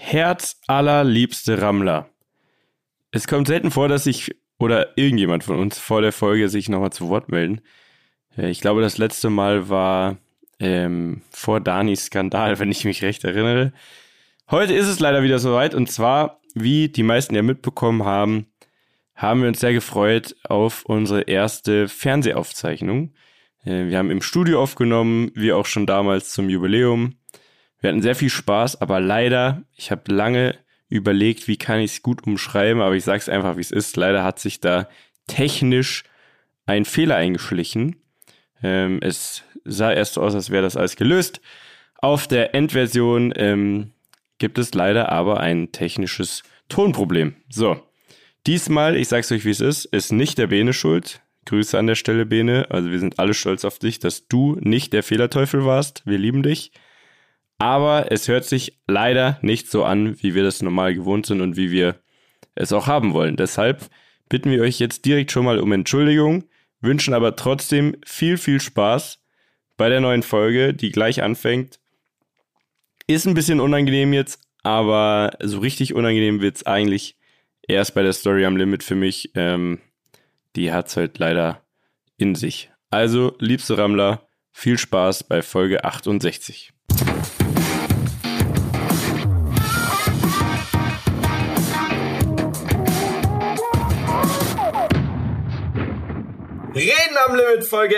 Herzallerliebste Rammler. Es kommt selten vor, dass ich oder irgendjemand von uns vor der Folge sich nochmal zu Wort melden. Ich glaube, das letzte Mal war vor Danis Skandal, wenn ich mich recht erinnere. Heute ist es leider wieder soweit und zwar, wie die meisten ja mitbekommen haben, haben wir uns sehr gefreut auf unsere erste Fernsehaufzeichnung. Wir haben im Studio aufgenommen, wie auch schon damals zum Jubiläum. Wir hatten sehr viel Spaß, aber leider, ich habe lange überlegt, wie kann ich es gut umschreiben, aber ich sage es einfach, wie es ist. Leider hat sich da technisch ein Fehler eingeschlichen. Es sah erst so aus, als wäre das alles gelöst. Auf der Endversion gibt es leider aber ein technisches Tonproblem. So, diesmal, ich sag's euch, wie es ist nicht der Bene schuld. Grüße an der Stelle, Bene. Also wir sind alle stolz auf dich, dass du nicht der Fehlerteufel warst. Wir lieben dich. Aber es hört sich leider nicht so an, wie wir das normal gewohnt sind und wie wir es auch haben wollen. Deshalb bitten wir euch jetzt direkt schon mal um Entschuldigung, wünschen aber trotzdem viel, viel Spaß bei der neuen Folge, die gleich anfängt. Ist ein bisschen unangenehm jetzt, aber so richtig unangenehm wird's eigentlich erst bei der Story am Limit für mich. Die hat's halt leider in sich. Also, liebste Rammler, viel Spaß bei Folge 68. Reden am Limit, Folge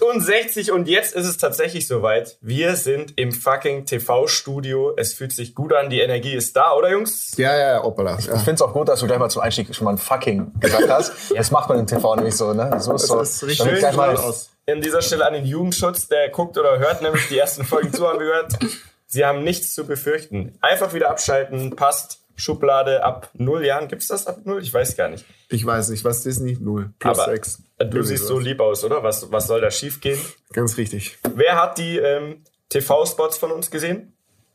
68 und jetzt ist es tatsächlich soweit. Wir sind im fucking TV-Studio. Es fühlt sich gut an, die Energie ist da, oder Jungs? Ja, hoppala. Ich finde es auch gut, dass du gleich mal zum Einstieg schon mal ein fucking gesagt hast. Das macht man im TV nämlich so, ne? So ist so. Ist richtig schön mal aus. In dieser Stelle an den Jugendschutz, der guckt oder hört nämlich die ersten Folgen zu, haben wir gehört. Sie haben nichts zu befürchten. Einfach wieder abschalten, passt. Schublade ab 0 Jahren. Gibt's das ab 0? Ich weiß gar nicht. Ich weiß nicht, was Disney 0 plus aber 6. Du siehst so lieb aus, oder? Was soll da schief gehen? Ganz richtig. Wer hat die TV-Spots von uns gesehen?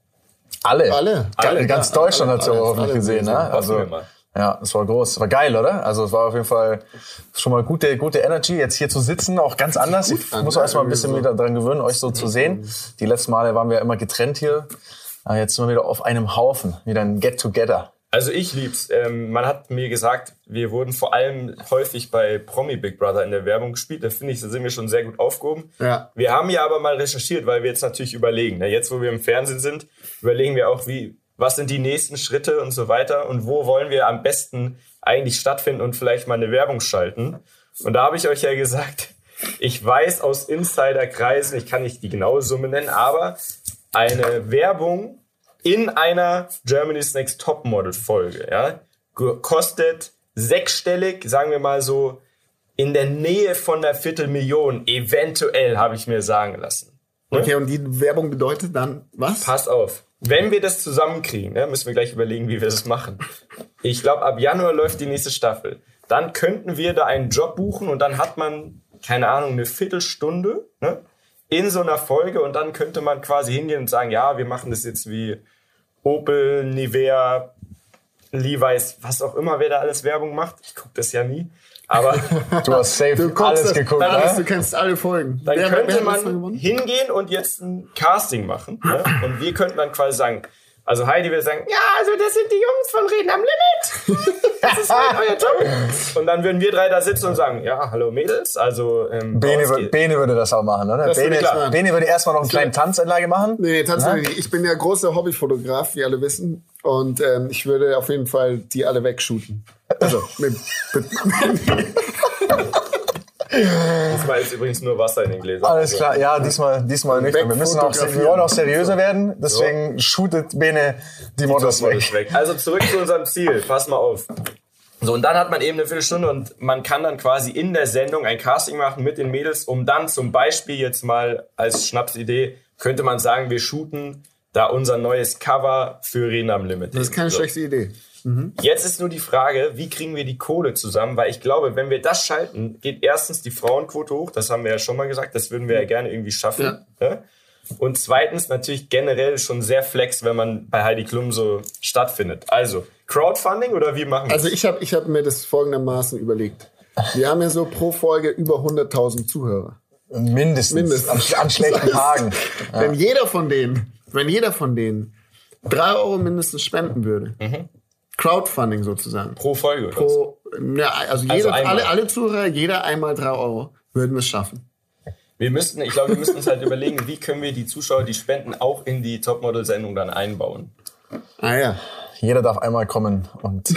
Alle. Ganz Deutschland hat es ja hoffentlich gesehen, ne? Also, ja, es war groß. War geil, oder? Also, es war auf jeden Fall schon mal gute Energy, jetzt hier zu sitzen, auch ganz anders. Ich muss auch erstmal ein bisschen wieder dran gewöhnen, euch so zu sehen. Die letzten Male waren wir ja immer getrennt hier. Aber jetzt sind wir wieder auf einem Haufen, wieder ein Get-Together. Also ich lieb's. Man hat mir gesagt, wir wurden vor allem häufig bei Promi Big Brother in der Werbung gespielt. Da finde ich, da sind wir schon sehr gut aufgehoben. Ja. Wir haben ja aber mal recherchiert, weil wir jetzt natürlich überlegen. Jetzt, wo wir im Fernsehen sind, überlegen wir auch, was sind die nächsten Schritte und so weiter und wo wollen wir am besten eigentlich stattfinden und vielleicht mal eine Werbung schalten. Und da habe ich euch ja gesagt, ich weiß aus Insiderkreisen, ich kann nicht die genaue Summe nennen, aber eine Werbung in einer Germany's Next Topmodel Folge, ja, kostet 6-stellig, sagen wir mal so, in der Nähe von der Viertelmillion, eventuell, habe ich mir sagen lassen. Ne? Okay, und die Werbung bedeutet dann was? Pass auf, wenn wir das zusammenkriegen, ne, müssen wir gleich überlegen, wie wir das machen. Ich glaube, ab Januar läuft die nächste Staffel. Dann könnten wir da einen Job buchen und dann hat man, keine Ahnung, eine Viertelstunde, ne, in so einer Folge und dann könnte man quasi hingehen und sagen, ja, wir machen das jetzt wie Opel, Nivea, Levi's, was auch immer, wer da alles Werbung macht. Ich gucke das ja nie. Aber du hast safe alles geguckt, ne? Du kennst alle Folgen. Dann könnte man hingehen und jetzt ein Casting machen. Ne? Und wir könnten dann quasi sagen, also Heidi würde sagen, ja, also das sind die Jungs von Reden am Limit. Das ist halt euer Job. Und dann würden wir 3 da sitzen und sagen, ja, hallo Mädels. Also Bene würde das auch machen, oder? Bene würde erstmal noch einen kleinen Tanzanlage machen. Nee, Tanzanlage. Ich bin ja großer Hobbyfotograf, wie alle wissen. Und ich würde auf jeden Fall die alle wegshooten. Also, Diesmal ist übrigens nur Wasser in den Gläsern. Alles klar, ja, diesmal nicht. Wir wollen auch seriöser werden, deswegen shootet Bene die Models weg. Also zurück zu unserem Ziel, pass mal auf. So, und dann hat man eben eine Viertelstunde und man kann dann quasi in der Sendung ein Casting machen mit den Mädels, um dann zum Beispiel jetzt mal als Schnapsidee, könnte man sagen, wir shooten da unser neues Cover für Reden am Limit. Das ist keine schlechte Idee. Jetzt ist nur die Frage, wie kriegen wir die Kohle zusammen? Weil ich glaube, wenn wir das schalten, geht erstens die Frauenquote hoch. Das haben wir ja schon mal gesagt. Das würden wir ja gerne irgendwie schaffen. Ja. Ne? Und zweitens natürlich generell schon sehr flex, wenn man bei Heidi Klum so stattfindet. Also Crowdfunding oder wie machen wir das? Also ich hab mir das folgendermaßen überlegt. Wir haben ja so pro Folge über 100.000 Zuhörer. Mindestens. An schlechten Tagen. Wenn jeder von denen 3 Euro mindestens spenden würde, Crowdfunding sozusagen. Pro Folge oder so? Ja, also alle Zuhörer, jeder einmal 3 Euro, würden es schaffen. Ich glaube, wir müssten uns halt überlegen, wie können wir die Zuschauer, die spenden, auch in die Topmodel-Sendung dann einbauen. Ah ja. Jeder darf einmal kommen und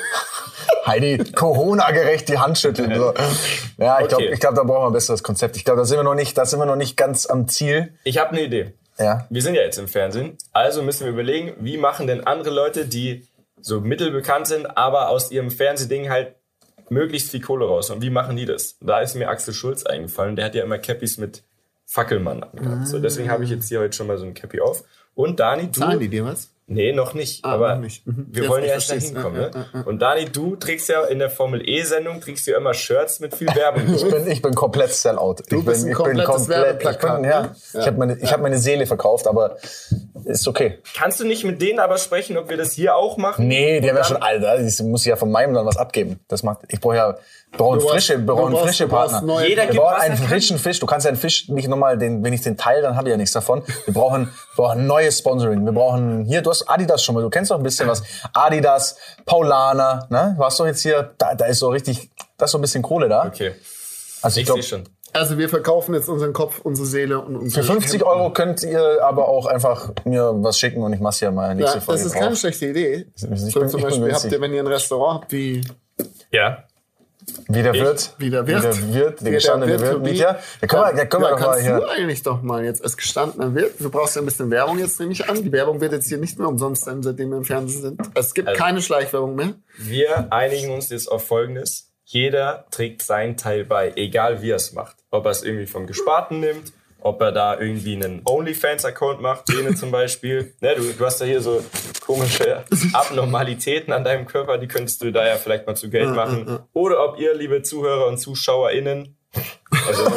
Heidi Corona-gerecht die Hand schütteln. So. Ja, ich glaube, da brauchen wir ein besseres Konzept. Ich glaube, da sind wir noch nicht ganz am Ziel. Ich habe eine Idee. Ja. Wir sind ja jetzt im Fernsehen, also müssen wir überlegen, wie machen denn andere Leute, die so mittelbekannt sind, aber aus ihrem Fernsehding halt möglichst viel Kohle raus. Und wie machen die das? Da ist mir Axel Schulz eingefallen. Der hat ja immer Cappies mit Fackelmann angehabt. So, deswegen habe ich jetzt hier heute schon mal so ein Cappy auf. Und Dani, du... Zahlen die dir was? Nee, noch nicht. Aber noch nicht. Wir wollen ja erst da hinkommen. Ne? Und Dani, du trägst ja in der Formel-E-Sendung immer Shirts mit viel Werbung. Ich bin komplett Sellout. Du bist ein komplettes Werbeplakat. Ich hab meine Seele verkauft, aber ist okay. Kannst du nicht mit denen aber sprechen, ob wir das hier auch machen? Nee, die haben ja schon, Alter, ich muss ja von meinem dann was abgeben. Ich brauche frische Partner. Jeder wir brauchen einen frischen Fisch. Du kannst ja einen Fisch nicht nochmal, wenn ich den teile, dann habe ich ja nichts davon. Wir brauchen neues Sponsoring. Wir brauchen hier, du hast Adidas schon mal, du kennst doch ein bisschen was. Adidas, Paulaner, ne? Warst du jetzt hier, da ist so richtig, da ist so ein bisschen Kohle da. Okay. Also ich sehe schon. Also wir verkaufen jetzt unseren Kopf, unsere Seele und unsere... Für 50 Euro könnt ihr aber auch einfach mir was schicken und ich mach's ja mal nächste Folge. Das ist keine schlechte Idee. Zum Beispiel habt ihr, wenn ihr ein Restaurant habt wie... Ja. Wie der Wirt, der gestandene Wirt, Mietja. Da können wir doch mal hier. Kannst du eigentlich doch mal jetzt als gestandener Wirt, du brauchst ja ein bisschen Werbung jetzt, nehme ich an. Die Werbung wird jetzt hier nicht mehr umsonst sein, seitdem wir im Fernsehen sind. Es gibt keine Schleichwerbung mehr. Wir einigen uns jetzt auf Folgendes. Jeder trägt seinen Teil bei, egal wie er es macht. Ob er es irgendwie vom Gesparten nimmt, ob er da irgendwie einen OnlyFans-Account macht, Bene zum Beispiel. Ne, du hast ja hier so komische Abnormalitäten an deinem Körper, die könntest du da ja vielleicht mal zu Geld machen. Oder ob ihr, liebe Zuhörer und ZuschauerInnen, also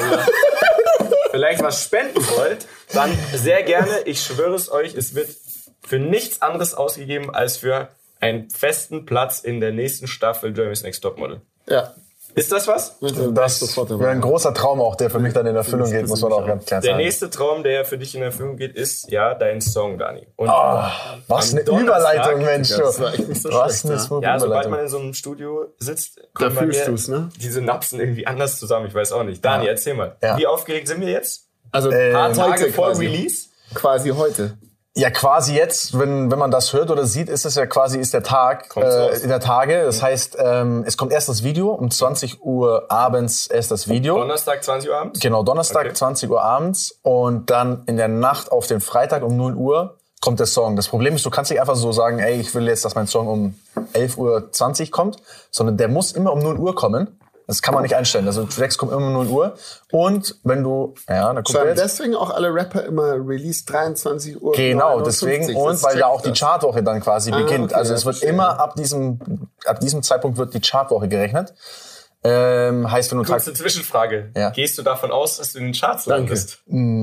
vielleicht was spenden wollt, dann sehr gerne. Ich schwöre es euch, es wird für nichts anderes ausgegeben als für einen festen Platz in der nächsten Staffel Germany's Next Topmodel. Ja. Ist das was? Das wäre ein großer Traum auch, der für mich dann in Erfüllung geht, muss man auch ganz klar sagen. Der nächste Traum, der für dich in Erfüllung geht, ist ja dein Song, Dani. Und was eine Überleitung, Mensch. Das war echt nicht so schlecht. Ja, sobald man in so einem Studio sitzt, da fühlst du es, ne? Diese Napsen irgendwie anders zusammen, ich weiß auch nicht. Dani, erzähl mal. Ja. Wie aufgeregt sind wir jetzt? Also ein paar Tage vor Release? Quasi heute. Ja, quasi jetzt, wenn man das hört oder sieht, ist der Tag in der Tage. Das heißt, es kommt erst das Video, um 20 Uhr abends erst das Video. Donnerstag 20 Uhr abends? Genau, Donnerstag 20 Uhr abends und dann in der Nacht auf den Freitag um 0 Uhr kommt der Song. Das Problem ist, du kannst nicht einfach so sagen, ey, ich will jetzt, dass mein Song um 11:20 Uhr kommt, sondern der muss immer um 0 Uhr kommen. Das kann man nicht einstellen. Also Tracks kommen immer um 0 Uhr. Und wenn du, da kommt der jetzt. Deswegen auch alle Rapper immer Release 23 Uhr. Genau, deswegen. Und weil da auch die Chartwoche dann quasi beginnt. Okay, also es wird immer ab diesem Zeitpunkt wird die Chartwoche gerechnet. Heißt, wenn du kurze Zwischenfrage. Ja. Gehst du davon aus, dass du in den Charts landest?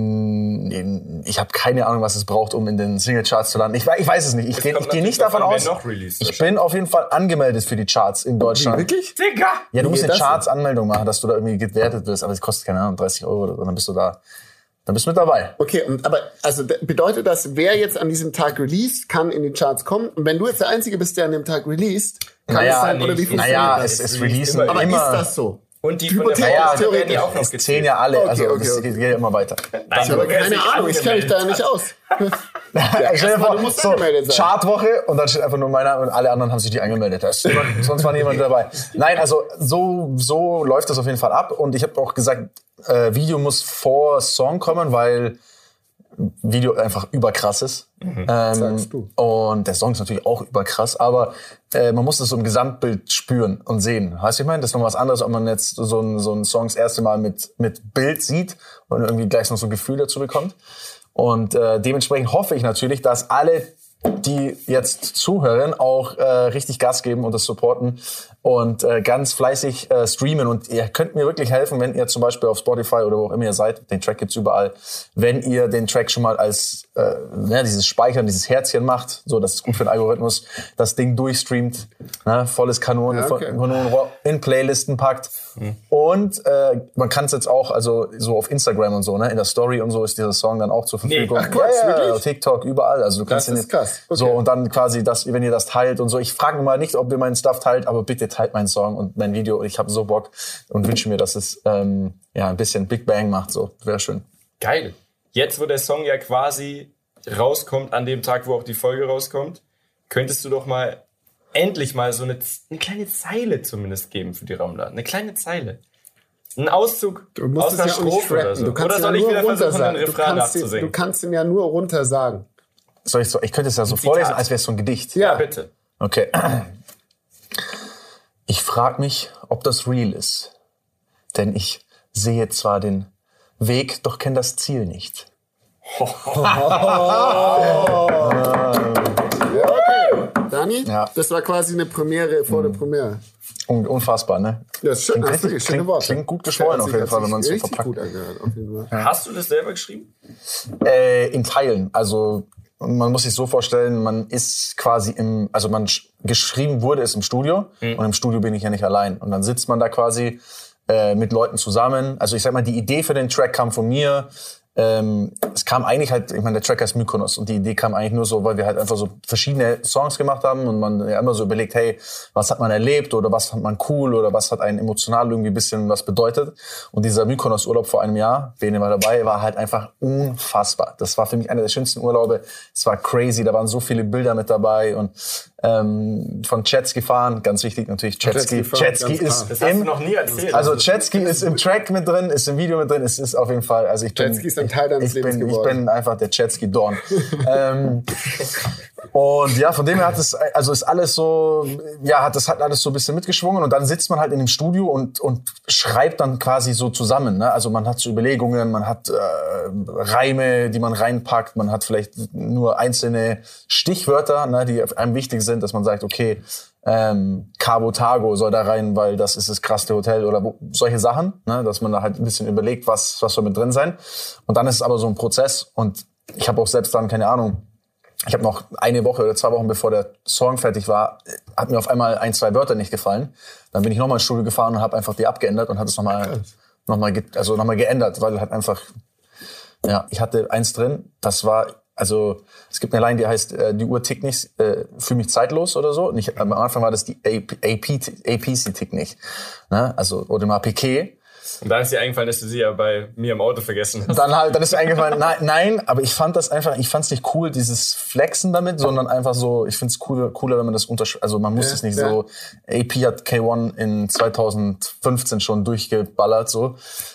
Ich habe keine Ahnung, was es braucht, um in den Single-Charts zu landen. Ich weiß es nicht. Ich gehe nicht davon aus. Ich bin auf jeden Fall angemeldet für die Charts in Deutschland. Wirklich? Digga! Ja, du musst eine Charts-Anmeldung machen, dass du da irgendwie gewertet wirst. Aber es kostet, keine Ahnung, 30 Euro oder so. Dann bist du da. Dann bist du mit dabei. Okay, aber also bedeutet das, wer jetzt an diesem Tag released, kann in die Charts kommen? Und wenn du jetzt der Einzige bist, der an dem Tag released, kann es sein, oder wie funktioniert das? Es releasen aber immer. Ist das so? Und die von der theoretisch die auch noch es zählen ja alle, okay. Das geht ja immer weiter. Nein, aber keine Ahnung, ich kenne mich da ja nicht aus. Stell dir vor, so Chartwoche und dann steht einfach nur meiner und alle anderen haben sich nicht angemeldet. Sonst war niemand dabei. Nein, also so läuft das auf jeden Fall ab und ich habe auch gesagt, Video muss vor Song kommen, weil Video einfach überkrass ist. Sagst du. Und der Song ist natürlich auch überkrass, aber man muss das so im Gesamtbild spüren und sehen. Weißt du, ich meine, das ist noch was anderes, ob man jetzt so einen Song das erste Mal mit Bild sieht und irgendwie gleich noch so ein Gefühl dazu bekommt. Und dementsprechend hoffe ich natürlich, dass alle, die jetzt zuhören, auch richtig Gas geben und das supporten und ganz fleißig streamen. Und ihr könnt mir wirklich helfen, wenn ihr zum Beispiel auf Spotify oder wo auch immer ihr seid, den Track gibt's überall, wenn ihr den Track schon mal als dieses Speichern, dieses Herzchen macht, so, das ist gut für den Algorithmus, das Ding durchstreamt, volles Kanonenrohr in Playlisten packt. Und man kann es jetzt auch, also so auf Instagram und so, in der Story und so ist dieser Song dann auch zur Verfügung. Ach, Quatsch, wirklich? TikTok, überall. Also du kannst krass. Okay. So, und dann quasi, wenn ihr das teilt und so. Ich frage mal nicht, ob ihr meinen Stuff teilt, aber bitte teilt meinen Song und mein Video. Ich habe so Bock und wünsche mir, dass es ein bisschen Big Bang macht. So, wäre schön. Geil. Jetzt, wo der Song ja quasi rauskommt, an dem Tag, wo auch die Folge rauskommt, könntest du doch mal endlich mal so eine kleine Zeile zumindest geben für die Rammler. Eine kleine Zeile. Ein Auszug aus einer Strophe oder so. Oder soll ich wieder versuchen, den Refrain nachzusingen? Du kannst ihn ja nur runter sagen. Ich könnte es ja so vorlesen, als wäre es so ein Gedicht. Ja, bitte. Okay. Ich frage mich, ob das real ist. Denn ich sehe zwar den Weg, doch kenne das Ziel nicht. Dani, das war quasi eine Premiere vor der Premiere. Unfassbar, ne? Das ist schön, klingt gut geschwollen auf jeden Fall, wenn man es so verpackt. Gut angehört, auf jeden Fall. Hast du das selber geschrieben? In Teilen. Also man muss sich so vorstellen, man ist quasi geschrieben wurde es im Studio und im Studio bin ich ja nicht allein. Und dann sitzt man da quasi mit Leuten zusammen. Also ich sag mal, die Idee für den Track kam von mir. Es kam eigentlich halt, ich meine, der Track heißt Mykonos und die Idee kam eigentlich nur so, weil wir halt einfach so verschiedene Songs gemacht haben und man ja immer so überlegt, hey, was hat man erlebt oder was fand man cool oder was hat einen emotional irgendwie ein bisschen was bedeutet. Und dieser Mykonos-Urlaub vor einem Jahr, Bene war dabei, war halt einfach unfassbar. Das war für mich einer der schönsten Urlaube. Es war crazy, da waren so viele Bilder mit dabei und von Jetski fahren, ganz wichtig natürlich, Jetski ist das hast du noch nie erzählt. Also Jetski ist im Track mit drin, ist im Video mit drin, es ist auf jeden Fall, also Jetski ist ein Teil deines Lebens geworden. Ich bin einfach der Jetski-Dorn. Und ja, von dem her ist alles so, das hat alles so ein bisschen mitgeschwungen und dann sitzt man halt in dem Studio und schreibt dann quasi so zusammen, ne? Also man hat so Überlegungen, man hat Reime, die man reinpackt, man hat vielleicht nur einzelne Stichwörter, ne, die einem wichtig sind, dass man sagt, okay, Cabo Tago soll da rein, weil das ist das krasseste Hotel oder solche Sachen, ne, dass man da halt ein bisschen überlegt, was soll mit drin sein. Und dann ist es aber so ein Prozess und ich habe auch selbst dann, keine Ahnung, ich habe noch eine Woche oder 2 Wochen, bevor der Song fertig war, hat mir auf einmal 1-2 Wörter nicht gefallen. Dann bin ich nochmal ins Studio gefahren und habe einfach die abgeändert und habe es nochmal geändert, weil halt einfach, ich hatte eins drin, das war, also es gibt eine Line, die heißt, die Uhr tickt nicht, für mich zeitlos oder so. Und am Anfang war das die APC tickt nicht, ne? Also Audemars Piguet. Und dann ist dir eingefallen, dass du sie ja bei mir im Auto vergessen hast. Dann ist mir eingefallen, nein, aber ich fand's nicht cool, dieses Flexen damit, sondern einfach so, ich find's cooler, wenn man das also man muss es nicht so, AP hat K1 in 2015 schon durchgeballert, so.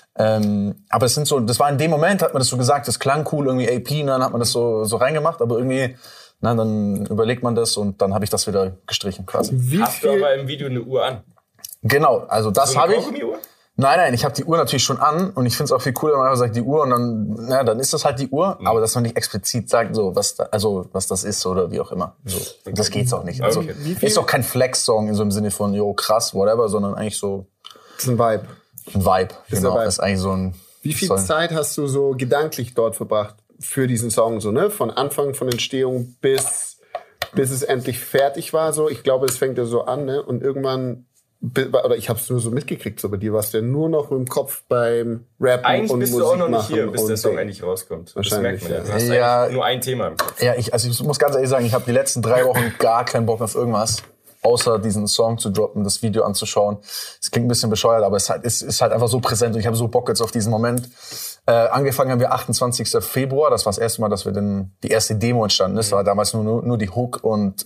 Aber das war in dem Moment, hat man das so gesagt, das klang cool, irgendwie AP, dann hat man das so reingemacht, aber irgendwie, dann überlegt man das und dann habe ich das wieder gestrichen quasi. Hast du aber im Video eine Uhr an? Genau, also das habe ich. Uhr? Nein, ich habe die Uhr natürlich schon an und ich finde es auch viel cooler, wenn man einfach sagt, die Uhr und dann ist das halt die Uhr, aber dass man nicht explizit sagt, so was das ist oder wie auch immer. So, das geht's auch nicht. Also ist auch kein Flex-Song in so im Sinne von, jo, krass, whatever, sondern eigentlich so. Das ist ein Vibe. Ein Vibe, genau. Das ist eigentlich so ein. Wie viel Zeit hast du so gedanklich dort verbracht für diesen Song, so, ne? Von Anfang, von Entstehung bis es endlich fertig war, so. Ich glaube, es fängt ja so an, ne? Und irgendwann, oder ich habe es nur so mitgekriegt, so bei dir warst du ja nur noch im Kopf beim Rappen eigentlich und bist Musik du auch noch nicht machen hier, bis der Song endlich rauskommt. Wahrscheinlich, das merkt man ja. Du hast nur ein Thema im Kopf. Ja, ich muss ganz ehrlich sagen, ich habe die letzten 3 Wochen gar keinen Bock auf irgendwas, außer diesen Song zu droppen, das Video anzuschauen. Es klingt ein bisschen bescheuert, aber es ist halt einfach so präsent und ich habe so Bock jetzt auf diesen Moment. Angefangen haben wir 28. Februar, das war das erste Mal, dass wir die erste Demo entstanden ist. War damals nur die Hook und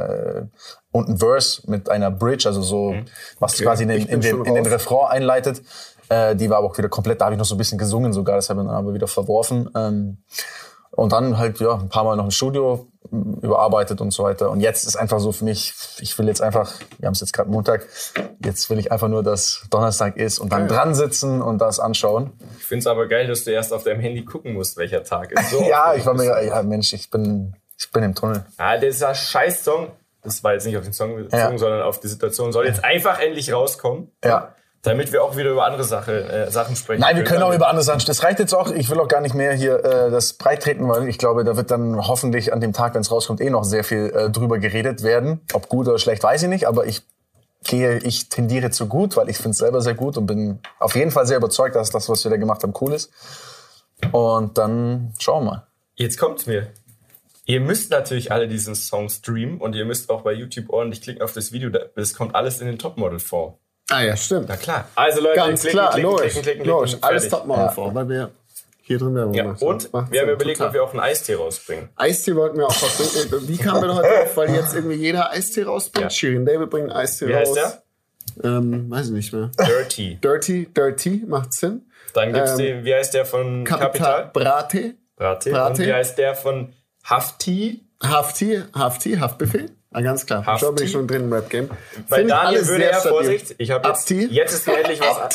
ein Verse mit einer Bridge, also so, was quasi in den Refrain einleitet. Die war aber auch wieder komplett, da habe ich noch so ein bisschen gesungen sogar, das haben wir dann aber wieder verworfen. Und dann halt, ein paar Mal noch im Studio überarbeitet und so weiter. Und jetzt ist einfach so für mich, ich will jetzt einfach, wir haben es jetzt gerade Montag, jetzt will ich einfach nur, dass Donnerstag ist und dann dran sitzen und das anschauen. Ich finde es aber geil, dass du erst auf deinem Handy gucken musst, welcher Tag ist. So ich war mir, Mensch, ich bin im Tunnel. Dieser Scheiß-Song, das war jetzt nicht auf den Song bezogen, sondern auf die Situation, soll jetzt einfach endlich rauskommen. Ja. Damit wir auch wieder über andere Sachen sprechen. Nein, wir können auch über andere Sachen. Das reicht jetzt auch. Ich will auch gar nicht mehr hier das breit treten, weil ich glaube, da wird dann hoffentlich an dem Tag, wenn es rauskommt, noch sehr viel drüber geredet werden. Ob gut oder schlecht, weiß ich nicht. Aber ich tendiere zu gut, weil ich finde es selber sehr gut und bin auf jeden Fall sehr überzeugt, dass das, was wir da gemacht haben, cool ist. Und dann schauen wir mal. Jetzt kommt's mir. Ihr müsst natürlich alle diesen Song streamen und ihr müsst auch bei YouTube ordentlich klicken auf das Video. Das kommt alles in den Topmodel-Fonds. Ah ja, stimmt. Na klar. Also Leute, Ganz klar, logisch. klicken. Alles Topmodel-Fonds, weil wir hier drin Werbung Ja, machen. und wir haben überlegt, ob wir auch einen Eistee rausbringen. Eistee wollten wir auch rausbringen. Wie kamen wir da heute auf? Weil jetzt irgendwie jeder Eistee rausbringt. Ja. Shirin David bringt einen Eistee Wie raus. heißt der? Weiß ich nicht mehr. Dirty. Macht Sinn. Dann gibt's den, wie heißt der von Capital? Brate. Und wie heißt der von Hafti? Haftbefehl. Ah, ganz klar. Hafti. Schon bin ich schon drin im Rap-Game. Bei Daniel würde er, Vorsicht, ich habe jetzt ist mir endlich was.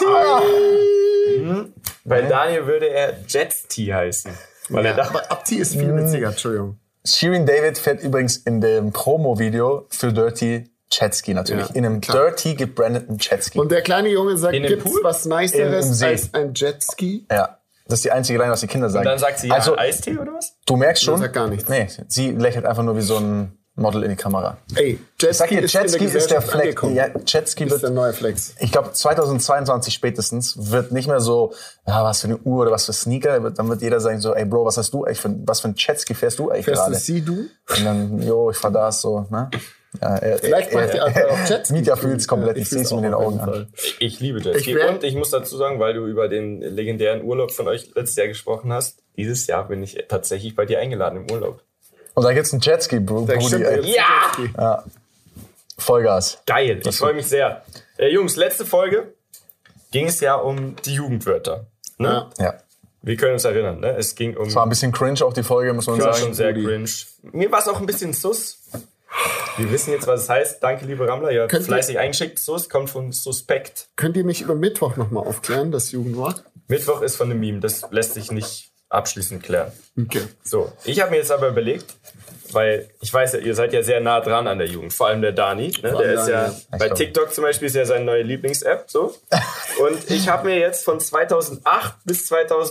Bei Daniel würde er Jetski heißen. Weil er dachte, Aber Abti ist viel witziger, Entschuldigung. Shirin David fährt übrigens in dem Promo-Video für Dirty Jetski natürlich. Ja, in einem klar. Dirty gebrandeten Jetski. Und der kleine Junge sagt, In dem gibt's Pool? was Niceres Im See. als ein Jetski? Ja, das ist die einzige Line, was die Kinder sagen. dann sagt sie, ja, also, Eistee oder was? du merkst schon. sagt gar nichts. Nee, sie lächelt einfach nur wie so ein Model in die Kamera. Ey, Ich sag Jetski dir, ist in Jetski der ist der Gesellschaft Flex. angekommen. Ja, Jetski Ist der wird, neue Flex. ich glaube, 2022 spätestens wird nicht mehr so, ja, was für eine Uhr oder was für Sneaker. Dann wird jeder sagen so, ey Bro, was hast du eigentlich was für ein Jetski fährst du eigentlich Fährst du gerade? sie, du? Und dann, jo, ich fahr das so, ne? Ja, Vielleicht macht ihr einfach auch Jetski. Mitya fühlt's komplett, ich fühl's seh's mit auch den auf Augen jeden an. Fall. Ich liebe Jetski. Und ich muss dazu sagen, weil du über den legendären Urlaub von euch letztes Jahr gesprochen hast, dieses Jahr bin ich tatsächlich bei dir eingeladen im Urlaub. Und da gibt's einen Jetski, Brudi, ey. Ja! Vollgas. Geil, ich freue mich sehr. Jungs, letzte Folge ging es ja um die Jugendwörter. Ne? Ja. Ja. Wir können uns erinnern, ne? Es ging um... War ein bisschen cringe auch die Folge, muss man war sagen. schon sehr cringe. Mir war es auch ein bisschen sus. Wir wissen jetzt, was es heißt. Danke, liebe Rammler. Ihr habt Könnt ihr- fleißig eingeschickt. Sus kommt von suspekt. Könnt ihr mich über Mittwoch nochmal aufklären, das Jugendwort? Mittwoch ist von einem Meme. Das lässt sich nicht abschließend klären. Okay. So, ich habe mir jetzt aber überlegt, weil ich weiß ja, ihr seid ja sehr nah dran an der Jugend. Vor allem der Dani. Ne? Der ist ja bei TikTok zum Beispiel ist ja seine neue Lieblings-App. So. Und ich habe mir jetzt von 2008 bis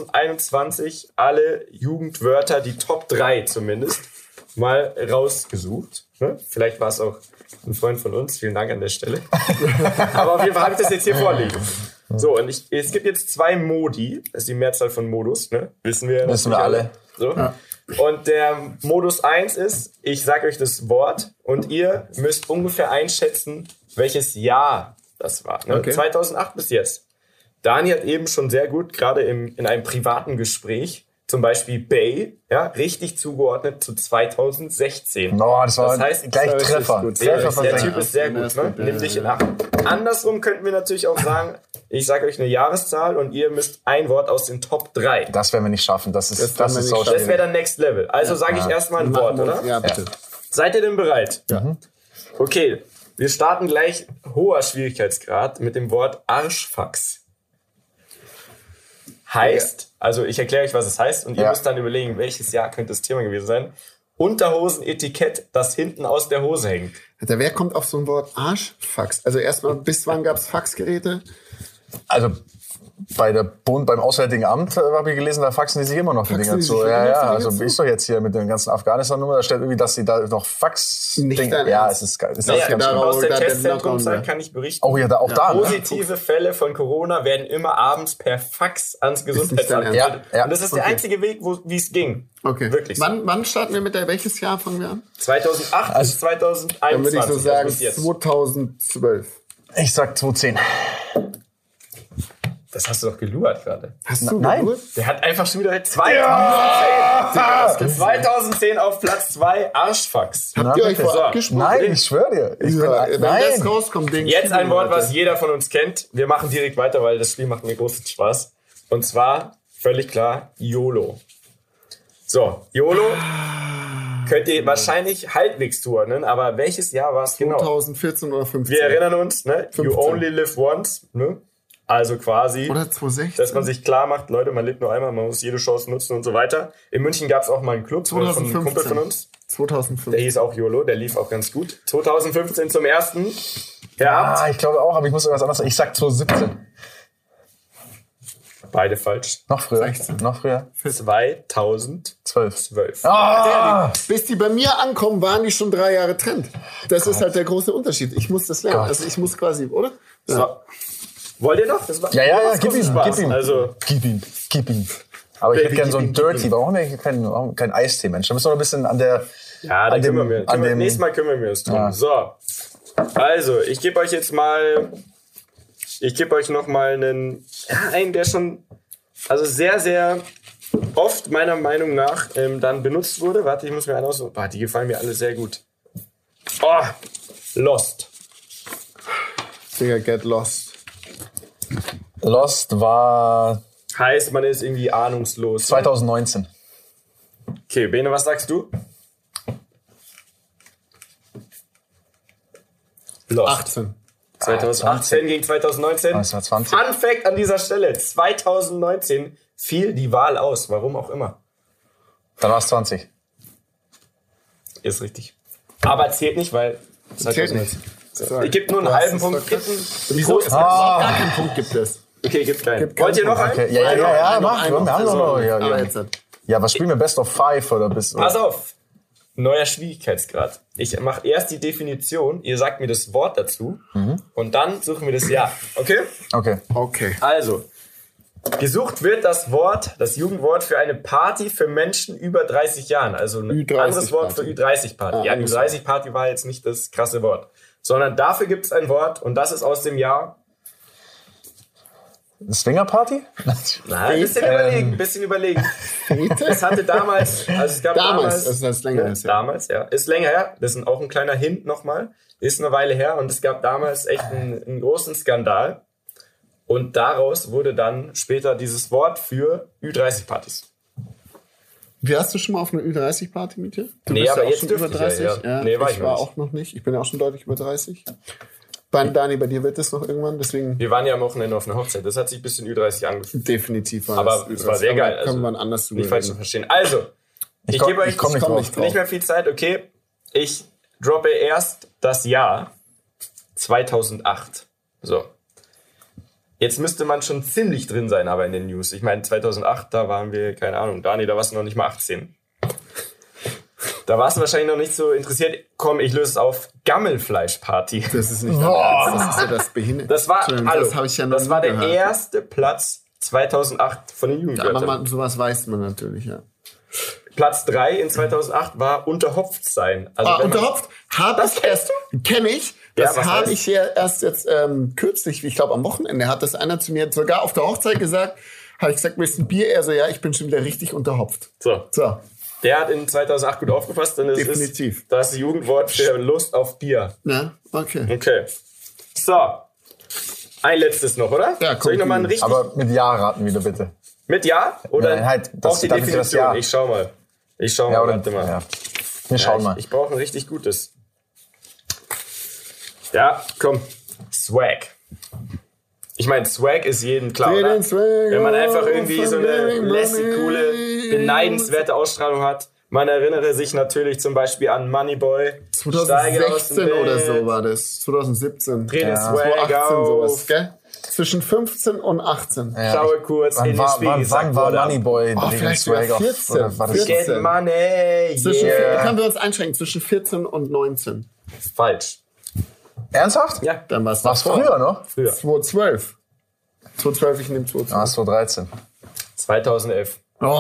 2021 alle Jugendwörter, die Top 3 zumindest, mal rausgesucht. Ne? Vielleicht war es auch ein Freund von uns. Vielen Dank an der Stelle. Aber auf jeden Fall habe ich das jetzt hier vorliegen. So, und es gibt jetzt 2 Modi. Das ist die Mehrzahl von Modus. Ne? Wissen wir alle. So. Ja. Und der Modus 1 ist, ich sage euch das Wort und ihr müsst ungefähr einschätzen, welches Jahr das war. Ne? Okay. 2008 bis jetzt. Dani hat eben schon sehr gut, gerade in einem privaten Gespräch, zum Beispiel Bay, ja, richtig zugeordnet zu 2016. Oh, das war heißt, gleich das ist Treffer. gut. Treffer von der Sänger. Typ ist sehr gut, ist ne? gut, Nimm dich in Acht. Andersrum könnten wir natürlich auch sagen, ich sage euch eine Jahreszahl und ihr müsst ein Wort aus den Top 3. Das werden wir nicht schaffen. Das ist werden wir so nicht schwierig. Das wäre dann Next Level. Also sage ich erstmal ein Wort, oder? Ja, bitte. Seid ihr denn bereit? Ja. Okay, wir starten gleich hoher Schwierigkeitsgrad mit dem Wort Arschfax. Heißt, also ich erkläre euch, was es heißt und ihr müsst dann überlegen, welches Jahr könnte das Thema gewesen sein. Unterhosenetikett, das hinten aus der Hose hängt. Alter, wer kommt auf so ein Wort Arschfax? Also erstmal, bis wann gab es Faxgeräte? Also beim Auswärtigen Amt habe ich gelesen, da faxen die sich immer noch die Dinger zu. Ja, also ich doch jetzt hier mit den ganzen Afghanistan-Nummer, da steht irgendwie, dass sie da noch Fax... Nicht dein ja, Ernst? es ist geil. Es ist Naja, ganz da- aus der da- Testzentrumzeit da- kann ich berichten. Oh ja, auch da. Ne? Positive Fälle von Corona werden immer abends per Fax ans Gesundheitsamt. dein Ernst? Ja, Und das ist der einzige Weg, wie es ging. Okay. Wirklich. Wann starten wir mit der, welches Jahr fangen wir an? 2008 bis 2021. Dann würde ich so sagen also bis jetzt. 2012. Ich sag 2010. Das hast du doch gelurrt gerade. Hast du Nein. gewusst? Der hat einfach schon wieder 2010. 2010 auf Platz 2 Arschfax. Habt ihr euch bitte. vorab gesprochen? Nein, ich schwöre dir. Ich Ja, wenn das nein. rauskommt, denke ich. Jetzt ein Wort, was jeder von uns kennt. Wir machen direkt weiter, weil das Spiel macht mir großen Spaß. Und zwar, völlig klar, YOLO. So, YOLO könnt ihr wahrscheinlich halbwegs zuordnen, aber welches Jahr war es genau? 2014 oder 15. Wir erinnern uns, ne? You 15. only live once, ne? Also quasi, Oder 2016. dass man sich klar macht, Leute, man lebt nur einmal, man muss jede Chance nutzen und so weiter. In München gab es auch mal einen Club von einem 2015. Kumpel von uns. 2015. Der hieß auch YOLO, der lief auch ganz gut. 2015 zum ersten gehabt. Ich glaube auch, aber ich muss irgendwas anderes sagen. Ich sag 2017. Beide falsch. Noch früher. 16. Noch früher. 2012. 12. Ah! Bis die bei mir ankommen, waren die schon 3 Jahre Trend. Das ist halt der große Unterschied. Ich muss das lernen. Gott. Also ich muss quasi, oder? So. Wollt ihr noch? Das war Ja, macht's gib großen ihm, Spaß. gib ihm. Also, Gib ihm. Aber ich hätte gerne so ein Dirty. Warum haben wir kein Eistee, Mensch? Da müssen wir noch ein bisschen an der... Ja, da kümmern wir. Nächstes Mal kümmern wir uns drum. Ja. So, also, ich gebe euch noch mal einen, der schon, also sehr, sehr oft meiner Meinung nach dann benutzt wurde. Warte, ich muss mir einen aussuchen. Die gefallen mir alle sehr gut. Oh, Lost. Digga, get lost. Lost war... Heißt, man ist irgendwie ahnungslos. 2019. Okay, Bene, was sagst du? Lost. 18. 2018 gegen 2019. Das war 20. Fun Fact an dieser Stelle. 2019 fiel die Wahl aus. Warum auch immer. Dann war es 20. Ist richtig. Aber zählt nicht, weil... Zählt nicht. Es gibt nur einen halben Punkt. Wieso? Gar keinen Punkt gibt es. Okay, gibt keinen. Wollt ihr noch einen? Okay. Ja, mach. Wir haben noch. Ja, was spielen wir? Best of 5 oder bis... Pass auf. Neuer Schwierigkeitsgrad. Ich mache erst die Definition, ihr sagt mir das Wort dazu und dann suchen wir das Jahr. Okay? Okay. Also, gesucht wird das Jugendwort für eine Party für Menschen über 30 Jahren. Also ein anderes Wort für Ü30-Party. Ja, Ü30-Party war jetzt nicht das krasse Wort. Sondern dafür gibt es ein Wort und das ist aus dem Jahr... Swingerparty? Nein, ein bisschen überlegen. Es hatte damals, also es gab damals, das ist länger her. Damals, ja. Ist länger her. Das ist auch ein kleiner Hint nochmal. Ist eine Weile her und es gab damals echt einen großen Skandal. Und daraus wurde dann später dieses Wort für Ü30-Partys. Wie hast du schon mal auf einer Ü30-Party mit dir? Du nee, bist aber ja auch jetzt schon dürfte über 30. Ja. Nee, ich war auch noch nicht. Ich bin ja auch schon deutlich über 30. Dani, bei dir wird es noch irgendwann, deswegen... Wir waren ja am Wochenende auf einer Hochzeit, das hat sich ein bisschen Ü30 angefühlt. Definitiv war aber es war sehr geil. Können wir anders nicht falsch zu verstehen. Also, ich gebe euch nicht mehr viel Zeit, okay? Ich droppe erst das Jahr 2008. So. Jetzt müsste man schon ziemlich drin sein, aber in den News. Ich meine, 2008, da waren wir, keine Ahnung, Dani, da warst du noch nicht mal 18. Da warst du wahrscheinlich noch nicht so interessiert. Komm, ich löse es auf. Gammelfleischparty. Das ist nicht das ist ja das Behinderte. Das war, das war der erste Platz 2008 von den Jugendwörtern. Aber sowas weiß man natürlich, ja. Platz 3 in 2008 war unterhopft sein. Also unterhopft? Kenne ich. Das habe ich ja erst jetzt kürzlich, ich glaube am Wochenende, hat das einer zu mir sogar auf der Hochzeit gesagt. Habe ich gesagt, willst du ein Bier? Er so, ja, ich bin schon wieder richtig unterhopft. So. Der hat in 2008 gut aufgepasst, denn definitiv. Ist das Jugendwort für Lust auf Bier. Ja, okay. So, ein letztes noch, oder? Ja, soll ich noch mal ein richtig... Aber mit Ja raten wieder, bitte. Mit Ja? Oder nein, halt, auf die Definition? Ja. Ich schau mal, warte mal. Ja. Wir schauen mal. Ich brauche ein richtig gutes. Ja, komm. Swag. Ich meine, Swag ist jedem klar, oder? Wenn man einfach irgendwie so eine lässig, coole, beneidenswerte Ausstrahlung hat. Man erinnere sich natürlich zum Beispiel an Moneyboy. 2016 oder so war das. 2017. Dreh den Swag 2018 sowas, gell? Zwischen 15 und 18. Ja. Schaue kurz in den Spiegel. Wann war Moneyboy? Vielleicht Swag 14. 14. Money, yeah. Können wir uns einschränken, zwischen 14 und 19. Falsch. Ernsthaft? Ja. Dann war es früher noch? Früher. 2012. 2012, ich nehme 2012. 2013. 2011.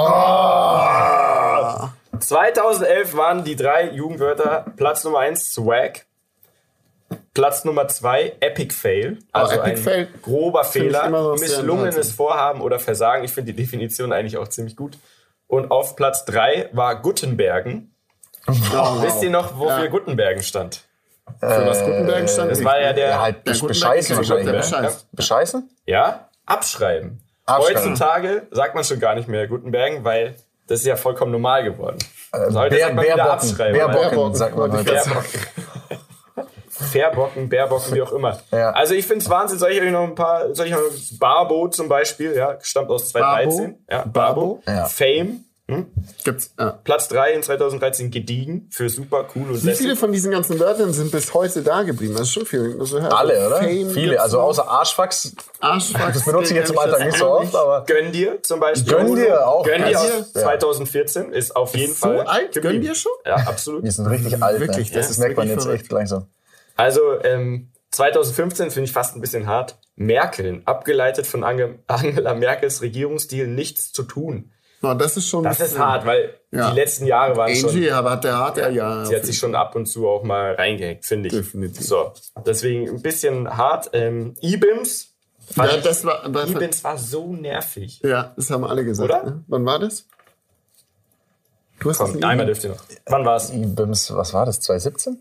2011 waren die 3 Jugendwörter Platz Nummer 1 Swag, Platz Nummer 2 Epic Fail, also Epic Fail grober Fehler, misslungenes Vorhaben oder Versagen. Ich finde die Definition eigentlich auch ziemlich gut. Und auf Platz 3 war Gutenbergen. Wisst ihr noch, wofür Gutenbergen stand? Für was Gutenbergen stand? Das war ja der Bescheißen wahrscheinlich. Bescheißen? Ja, abschreiben. Heutzutage sagt man schon gar nicht mehr Gutenbergen, weil das ist ja vollkommen normal geworden. Also heute sagt man wieder abschreiben. Bärbocken, sagt man heute. Fairbocken, Bärbocken, wie auch immer. Ja. Also ich finde es Wahnsinn. Soll ich euch noch ein paar... Barbo zum Beispiel, ja, stammt aus 2013. Barbo. Ja. Fame. Gibt's, Platz 3 in 2013 gediegen für super cool und Wie viele von diesen ganzen Wörtern sind bis heute da geblieben? Das ist schon viel. Also, alle, oder? Viele. Also außer Arschfax. Das benutze ich jetzt im Alltag nicht so oft. Aber Gönn dir zum Beispiel. Gönn dir auch. Gönn dir aus 2014 ist auf jeden Fall. So alt? Gönn dir schon? Ja, absolut. Die sind richtig alt. Wirklich, das merkt man jetzt echt langsam. Also 2015 finde ich fast ein bisschen hart. Merkeln, abgeleitet von Angela Merkels Regierungsstil, nichts zu tun. das ist schon... Das ist hart, weil die letzten Jahre waren schon... Angie, aber hat der hart, ja. Sie hat sich schon ab und zu auch mal reingehackt, finde ich. Definitiv. So, deswegen ein bisschen hart. E-Bims. E-Bims war so nervig. Ja, das haben alle gesagt. Oder? Ne? Wann war das? Du hast das einmal dürft ihr noch. Wann war es? E-Bims, was war das? 2017?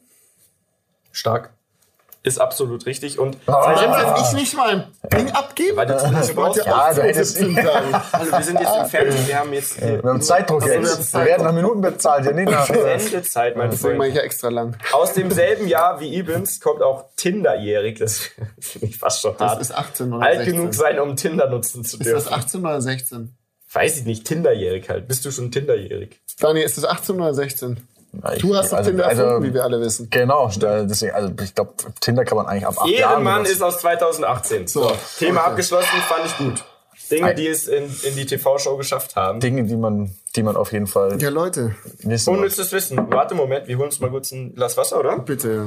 Stark. Ist absolut richtig. Und ich nicht mal ein Ding abgeben? weil du wollte ja, du hättest sagen. Also wir sind jetzt im Fernsehen. Wir haben jetzt wir haben Zeitdruck jetzt. Wir werden nach Minuten bezahlt. Ja, nicht nach Sendezeit, mein Deswegen mache Freund. ich ja extra lang. Aus demselben Jahr wie E-Bims kommt auch Tinderjährig. Das finde ich fast schon hart. Das ist 18 oder Alt 16. genug sein, um Tinder nutzen zu Ist dürfen. das 18 oder 16? Weiß ich nicht. Tinderjährig halt. Bist du schon Tinderjährig? Dani, ist das 18 oder 16? Du hast doch Tinder erfunden, wie wir alle wissen. Genau, deswegen, also ich glaube, Tinder kann man eigentlich ab 8 Jahren... Ehrenmann ist aus 2018. So, Thema abgeschlossen, fand ich gut. Dinge, die es in die TV-Show geschafft haben. Dinge, die man auf jeden Fall Ja, Leute, wissen muss. Unnützes Wissen. Warte, Moment, wir holen uns mal kurz ein Glas Wasser, oder? bitte.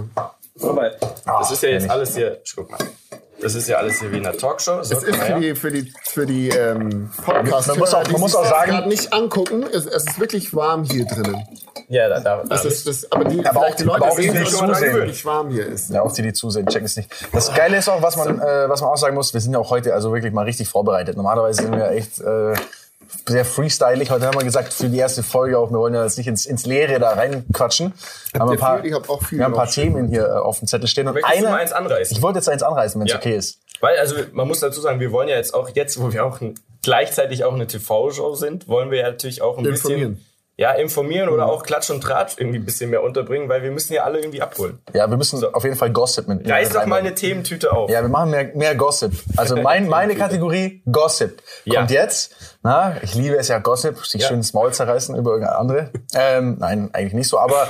Das ist ja jetzt alles hier... Guck mal. Das ist ja alles hier wie in einer Talkshow. So, Es ist für die Podcast. Man muss auch sagen- gerade nicht angucken. Es ist wirklich warm hier drinnen. Ja, da Das ist das, aber die Aber vielleicht die aber Leute auch sehen die schon, dass es zusehen. wirklich warm hier ist. Ja, auch die zusehen, checken es nicht. Das Geile ist auch, was man auch sagen muss, wir sind ja auch heute also wirklich mal richtig vorbereitet. Normalerweise sind wir echt sehr freestylig. Heute haben wir gesagt, für die erste Folge auch, wir wollen ja jetzt nicht ins Leere da reinquatschen. Wir haben Ich hab auch viel wir haben ein paar drauf. Themen hier auf dem Zettel stehen. Und Möchtest du mal eins anreißen? ich wollte jetzt eins anreißen, wenn es Ja. okay ist. Weil, also man muss dazu sagen, wir wollen ja jetzt auch, wo wir auch gleichzeitig auch eine TV-Show sind, wollen wir ja natürlich auch ein bisschen informieren oder auch Klatsch und Tratsch irgendwie ein bisschen mehr unterbringen, weil wir müssen ja alle irgendwie abholen. Ja, wir müssen auf jeden Fall Gossip mit. Reiß doch mal eine Thementüte auf. Ja, wir machen mehr Gossip. Also meine Kategorie Gossip kommt jetzt. Na, ich liebe es ja Gossip, sich schön ins Maul zerreißen über irgendeine andere. Nein, eigentlich nicht so. Aber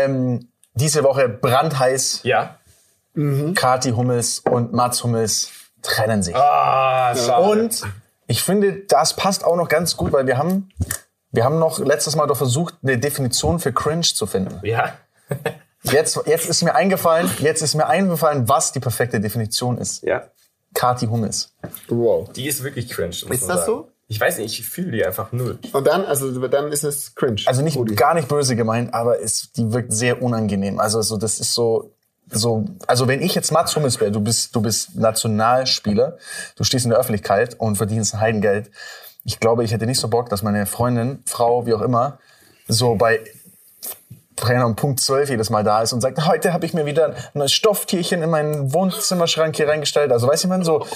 diese Woche brandheiß. Ja. Kathi Hummels und Mats Hummels trennen sich. Ah, schade. Und ich finde, das passt auch noch ganz gut, weil wir haben noch letztes Mal doch versucht, eine Definition für Cringe zu finden. Ja. Jetzt ist mir eingefallen, was die perfekte Definition ist. Ja. Kathi Hummels. Wow. Die ist wirklich cringe. Muss Ist man das sagen. so? Ich weiß nicht, ich fühle die einfach null. Und dann ist es cringe. Also nicht Rudi. gar nicht böse gemeint, aber die wirkt sehr unangenehm. Also das ist so, also wenn ich jetzt Mats Hummels wäre, du bist Nationalspieler, du stehst in der Öffentlichkeit und verdienst ein Heidengeld. Ich glaube, ich hätte nicht so Bock, dass meine Freundin, Frau, wie auch immer, so bei um Punkt 12 jedes Mal da ist und sagt, heute habe ich mir wieder ein neues Stofftierchen in meinen Wohnzimmerschrank hier reingestellt. Also weiß ich man so,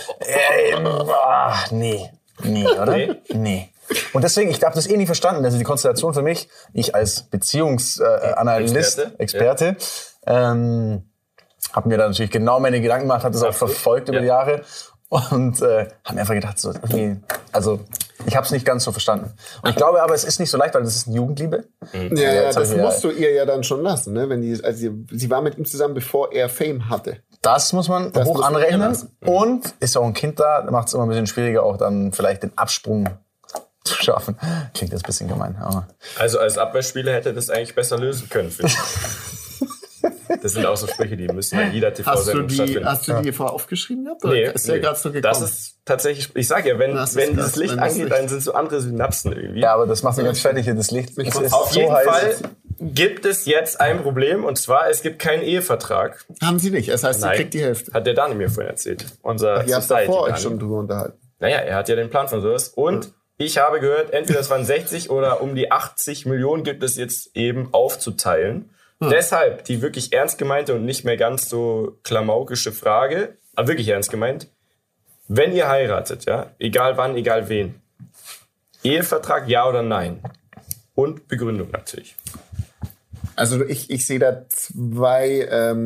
nee, oder? Nee. Und deswegen, ich habe das nie verstanden. Also die Konstellation für mich, ich als Beziehungsanalyst, Experte, habe mir da natürlich genau meine Gedanken gemacht, habe das auch verfolgt über die Jahre und habe mir einfach gedacht, so irgendwie, also ich habe es nicht ganz so verstanden. Und ich glaube aber, es ist nicht so leicht, weil das ist eine Jugendliebe. Ja, das musst du ihr ja dann schon lassen, ne? Sie war mit ihm zusammen, bevor er Fame hatte. Das muss man Das hoch muss man anrechnen. lassen. Und ist auch ein Kind da, macht es immer ein bisschen schwieriger, auch dann vielleicht den Absprung zu schaffen. Klingt jetzt ein bisschen gemein, aber... Also als Abwehrspieler hätte das eigentlich besser lösen können, finde ich. Das sind auch so Sprüche, die müssen in jeder TV-Sendung stattfinden. Hast du die vorher aufgeschrieben gehabt? Oder Nee, ist der gerade so gekommen? das ist tatsächlich, ich sag ja, wenn Das ist dieses krass, Licht wenn das angeht, Licht- dann sind so andere Synapsen irgendwie. Ja, aber das macht mich ganz fertig hier, das Licht. Es ist Auf so jeden heiß. Fall gibt es jetzt ein Problem, und zwar, es gibt keinen Ehevertrag. Haben sie nicht. Das heißt, sie Nein. kriegt die Hälfte. Hat der Dani mir vorhin erzählt. Unser Ihr habt Society davor euch Dani. schon drüber unterhalten. Naja, er hat ja den Plan von sowas. Und ich habe gehört, entweder es waren 60 oder um die 80 Millionen gibt es jetzt eben aufzuteilen. Deshalb die wirklich ernst gemeinte und nicht mehr ganz so klamaukische Frage, aber wirklich ernst gemeint. Wenn ihr heiratet, ja, egal wann, egal wen, Ehevertrag ja oder nein? Und Begründung natürlich. Also ich sehe da zwei,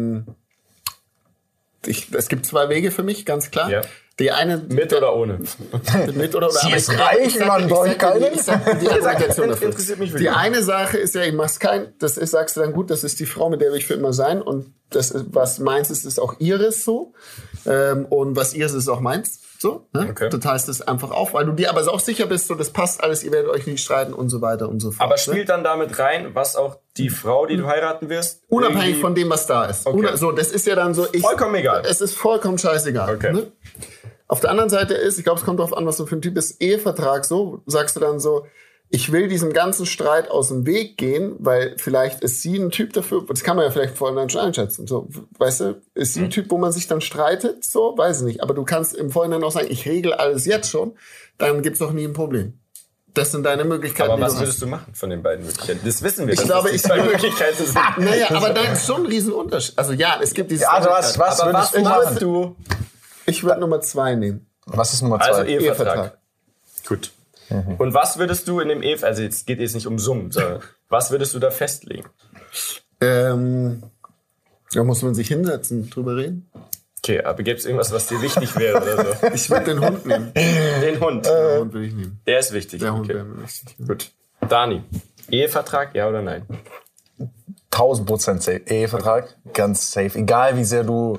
es gibt zwei Wege für mich, ganz klar. Ja. Die eine Mit oder ohne? mit oder Sie aber ist ich- reich, ich sag- man ich braucht sag- keinen. Ich sag die Argumentation dafür. Interessiert mich wirklich. Die eine Sache ist ja, ich mach's das ist, sagst du dann gut, das ist die Frau, mit der will ich für immer sein und das ist, was meins ist, ist auch ihres so und was ihres ist auch meins so. Ne? Okay. Du teilst es einfach auf, weil du dir aber auch sicher bist, so das passt alles, ihr werdet euch nicht streiten und so weiter und so fort. Aber ne? spielt dann damit rein, was auch die Frau, die du heiraten wirst, Unabhängig irgendwie- von dem, was da ist. Okay. So, das ist ja dann so. Vollkommen egal. Es ist vollkommen scheißegal. Okay. Ne? Auf der anderen Seite ist, ich glaube, es kommt darauf an, was du für ein Typ bist, Ehevertrag so, sagst du dann so, ich will diesem ganzen Streit aus dem Weg gehen, weil vielleicht ist sie ein Typ dafür, das kann man ja vielleicht vorhin schon einschätzen, so, weißt du, ist sie ein Typ, wo man sich dann streitet, so, weiß ich nicht, aber du kannst im Vorhinein auch sagen, ich regel alles jetzt schon, dann gibt's doch nie ein Problem. Das sind deine Möglichkeiten. Aber was würdest du machen von den beiden Möglichkeiten? Das wissen wir. Ich glaube, die zwei Möglichkeiten sind. Naja, aber da ist schon ein Riesenunterschied. Also ja, es gibt diese. Ja, also was würdest du machen? Ich würde Nummer 2 nehmen. Was ist Nummer 2? Also Ehevertrag. Gut. Und was würdest du in dem Ehevertrag, also jetzt geht es nicht um Summen, sondern was würdest du da festlegen? Da muss man sich hinsetzen, drüber reden. Okay, aber gibt es irgendwas, was dir wichtig wäre oder so? Ich würde den Hund nehmen. Den Hund? Den Hund würde ich nehmen. Der ist wichtig. Der Hund wäre mir wichtig. Gut. Dani, Ehevertrag, ja oder nein? 1000% safe. Ehevertrag, ganz safe. Egal wie sehr du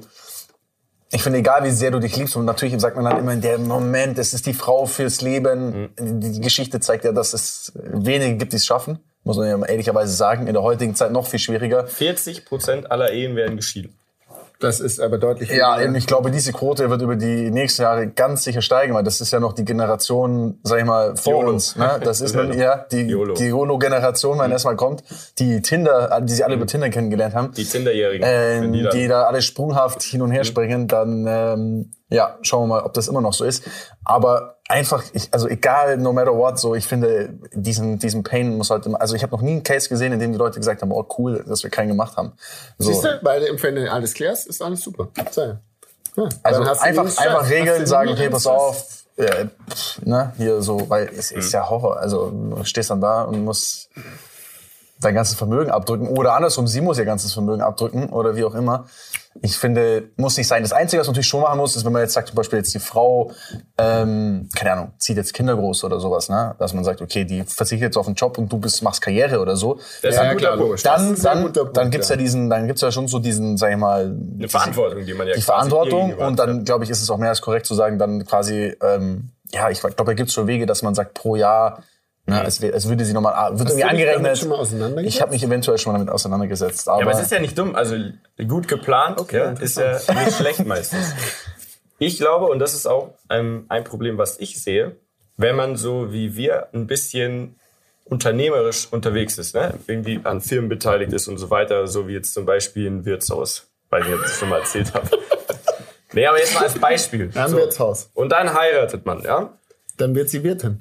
dich liebst, und natürlich sagt man dann immer in dem Moment, es ist die Frau fürs Leben. Die Geschichte zeigt ja, dass es wenige gibt, die es schaffen. Muss man ja ehrlicherweise sagen. In der heutigen Zeit noch viel schwieriger. 40% aller Ehen werden geschieden. Das ist aber deutlich. Ja, eben, ich glaube, diese Quote wird über die nächsten Jahre ganz sicher steigen, weil das ist ja noch die Generation, sag ich mal, vor YOLO. uns. Ne? Das ist die YOLO-Generation, wenn erstmal kommt, die sie alle über Tinder kennengelernt haben. Die Tinderjährigen. Die da alle sprunghaft hin und her springen, dann schauen wir mal, ob das immer noch so ist. Aber einfach, also egal, no matter what, so ich finde, diesen Pain muss halt immer, also ich habe noch nie einen Case gesehen, in dem die Leute gesagt haben, oh cool, dass wir keinen gemacht haben. So. Siehst du, weil im Ende alles klärst, ist alles super. Ja, also einfach Regeln, sagen, okay, pass auf, hier so, weil es ist ja Horror. Also du stehst dann da und musst dein ganzes Vermögen abdrücken oder andersrum, sie muss ihr ganzes Vermögen abdrücken oder wie auch immer. Ich finde, muss nicht sein. Das Einzige, was man natürlich schon machen muss, ist, wenn man jetzt sagt, zum Beispiel jetzt die Frau, keine Ahnung, zieht jetzt Kinder groß oder sowas, ne? Dass man sagt, okay, die verzichtet jetzt auf einen Job und du machst Karriere oder so. Das ist ein guter Punkt. Dann gibt's ja schon so diesen, sag ich mal, eine Verantwortung, die man ja die Verantwortung, und dann, glaube ich, ist es auch mehr als korrekt zu sagen, dann quasi, ich glaube, da gibt's schon Wege, dass man sagt, pro Jahr, es würde sie nochmal, wird irgendwie angerechnet. Ich habe mich eventuell schon mal damit auseinandergesetzt. Aber es ist ja nicht dumm. Also gut geplant, ist ja nicht schlecht meistens. Ich glaube, und das ist auch ein Problem, was ich sehe, wenn man so wie wir ein bisschen unternehmerisch unterwegs ist, ne? Irgendwie an Firmen beteiligt ist und so weiter, so wie jetzt zum Beispiel ein Wirtshaus, weil ich das schon mal erzählt habe. Nee, aber jetzt mal als Beispiel. Ein Wirtshaus. Und dann heiratet man, ja? Dann wird sie Wirtin.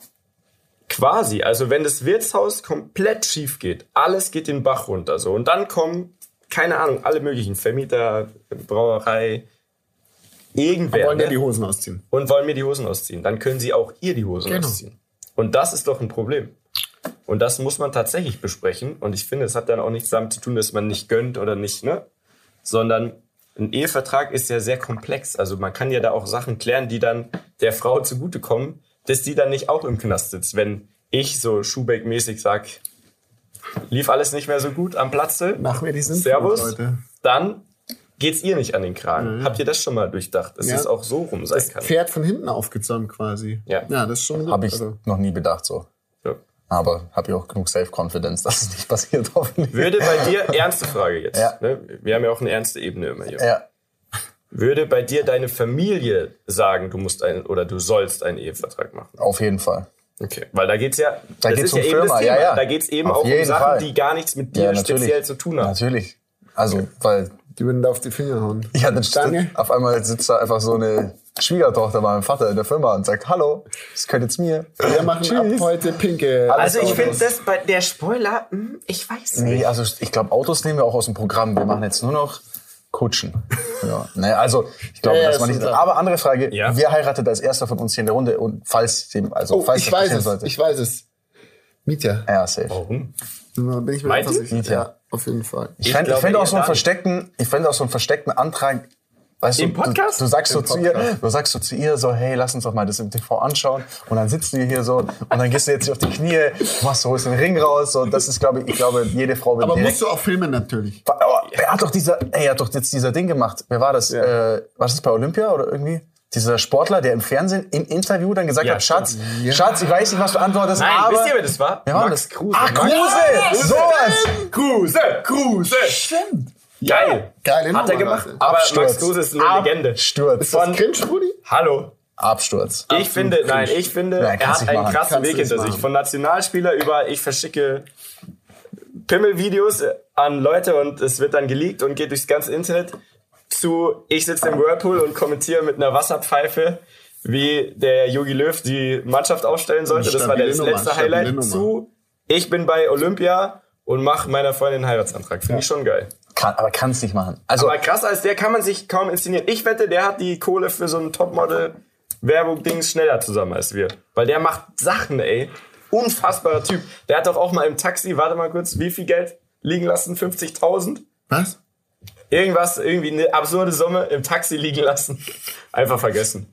Quasi, also wenn das Wirtshaus komplett schief geht, alles geht den Bach runter, so, und dann kommen, keine Ahnung, alle möglichen Vermieter, Brauerei, irgendwer. Wollen die Hosen ausziehen. Und wollen mir die Hosen ausziehen. Dann können sie auch ihr die Hosen ausziehen. Und das ist doch ein Problem. Und das muss man tatsächlich besprechen. Und ich finde, es hat dann auch nichts damit zu tun, dass man nicht gönnt oder nicht, ne? Sondern ein Ehevertrag ist ja sehr komplex. Also man kann ja da auch Sachen klären, die dann der Frau zugutekommen, dass die dann nicht auch im Knast sitzt. Wenn ich so Schubeck-mäßig sag, lief alles nicht mehr so gut am Platze, mach mir diesen Servus, Leute. Dann geht's ihr nicht an den Kragen. Habt ihr das schon mal durchdacht, dass es auch so rum sein kann? Das Pferd von hinten aufgezäumt quasi. Ja, das ist schon gut. Habe ich noch nie bedacht so. Ja. Aber habe ich auch genug Self-Confidence, dass es nicht passiert, hoffentlich. Würde bei dir, ernste Frage jetzt, ja. Ne? Wir haben ja auch eine ernste Ebene immer hier. Ja. Würde bei dir deine Familie sagen, du sollst einen Ehevertrag machen? Auf jeden Fall. Okay, weil da geht's ja, da geht's um Firma. Thema. Ja. Da geht's eben auch um Sachen, die gar nichts mit dir speziell zu tun haben. Natürlich. Also, weil die würden da auf die Finger hauen. Ja, dann auf einmal sitzt da einfach so eine Schwiegertochter bei meinem Vater in der Firma und sagt, hallo, das gehört jetzt mir. Wir machen ab heute pinke. Also ich finde das bei der Spoiler, ich weiß nicht. Nee, also ich glaube, Autos nehmen wir auch aus dem Programm. Wir machen jetzt nur noch Kutschen. Ja. Ne, also ich glaube, dass man nicht. Aber andere Frage: Wer heiratet als erster von uns hier in der Runde? Und falls ich weiß es. Mietja. Ja, safe. Warum? Bin ich mir einfach sicher. Mietja. Auf jeden Fall. Ich fände auch so einen versteckten Antrag. Weißt im Podcast? Du sagst so zu ihr so, hey, lass uns doch mal das im TV anschauen. Und dann sitzt du hier so und dann gehst du jetzt auf die Knie, holst den Ring raus. Und das ist, glaube ich, jede Frau will. Aber musst du auch filmen natürlich. Er hat doch jetzt dieser Ding gemacht. Wer war das? Ja. War das bei Olympia oder irgendwie? Dieser Sportler, der im Fernsehen im Interview dann gesagt hat, Schatz, ich weiß nicht, was du antwortest, Nein, aber... wisst ihr, wer das war? Max Kruse. Ach, Kruse! Sowas! Kruse! Stimmt. Geil. Geile Hat er gemacht. Aber Absturz. Max Kruse ist eine Legende. Sturz. Ist das Cringe, Rudi? Hallo. Absturz. Ich finde, er hat einen krassen Weg hinter sich. Von Nationalspieler über ich verschicke Pimmelvideos an Leute und es wird dann geleakt und geht durchs ganze Internet zu ich sitze im Whirlpool und kommentiere mit einer Wasserpfeife, wie der Jogi Löw die Mannschaft aufstellen sollte. Das war das letzte Highlight. Zu ich bin bei Olympia und mache meiner Freundin einen Heiratsantrag. Finde ich schon geil. Aber kann es nicht machen. Also, aber krasser als der kann man sich kaum inszenieren. Ich wette, der hat die Kohle für so ein Topmodel-Werbung-Dings schneller zusammen als wir. Weil der macht Sachen, ey. Unfassbarer Typ. Der hat doch auch mal im Taxi, warte mal kurz, wie viel Geld liegen lassen? 50.000? Was? Irgendwie eine absurde Summe im Taxi liegen lassen. Einfach vergessen.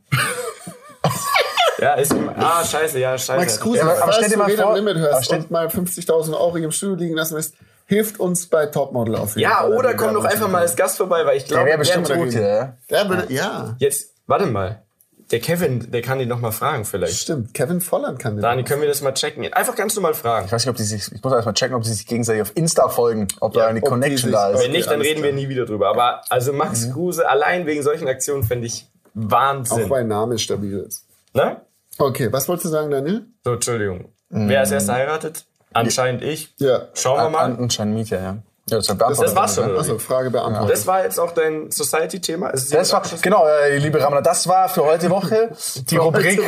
Scheiße. Max Kruse, aber stell dir mal vor, Limit hörst und mal 50.000 € im Studio liegen lassen willst, hilft uns bei Topmodel auf jeden Fall. Ja, oder komm doch einfach mal als Gast vorbei, weil ich glaube, der wäre bestimmt gut, ja. Jetzt, warte mal. Der Kevin, der kann die noch mal fragen vielleicht. Stimmt, Kevin Volland kann den. Dani, können wir das mal checken? Einfach ganz normal fragen. Ich weiß nicht, ich muss erst mal checken, ob sie sich gegenseitig auf Insta folgen, ob da eine Connection da ist. Wenn nicht, dann reden wir nie wieder drüber. Aber also Max Kruse allein wegen solchen Aktionen fände ich Wahnsinn. Auch weil der Name stabil ist. Ne? Okay, was wolltest du sagen, Daniel? So, Entschuldigung. Wer als erster heiratet? Anscheinend ich. Ja. Schauen wir mal. Anscheinend Mietja, ja. Ja, das war's schon. Also Frage beantwortet. Das war jetzt auch dein Society-Thema? Liebe Ramona, das war für heute Woche die Rubrik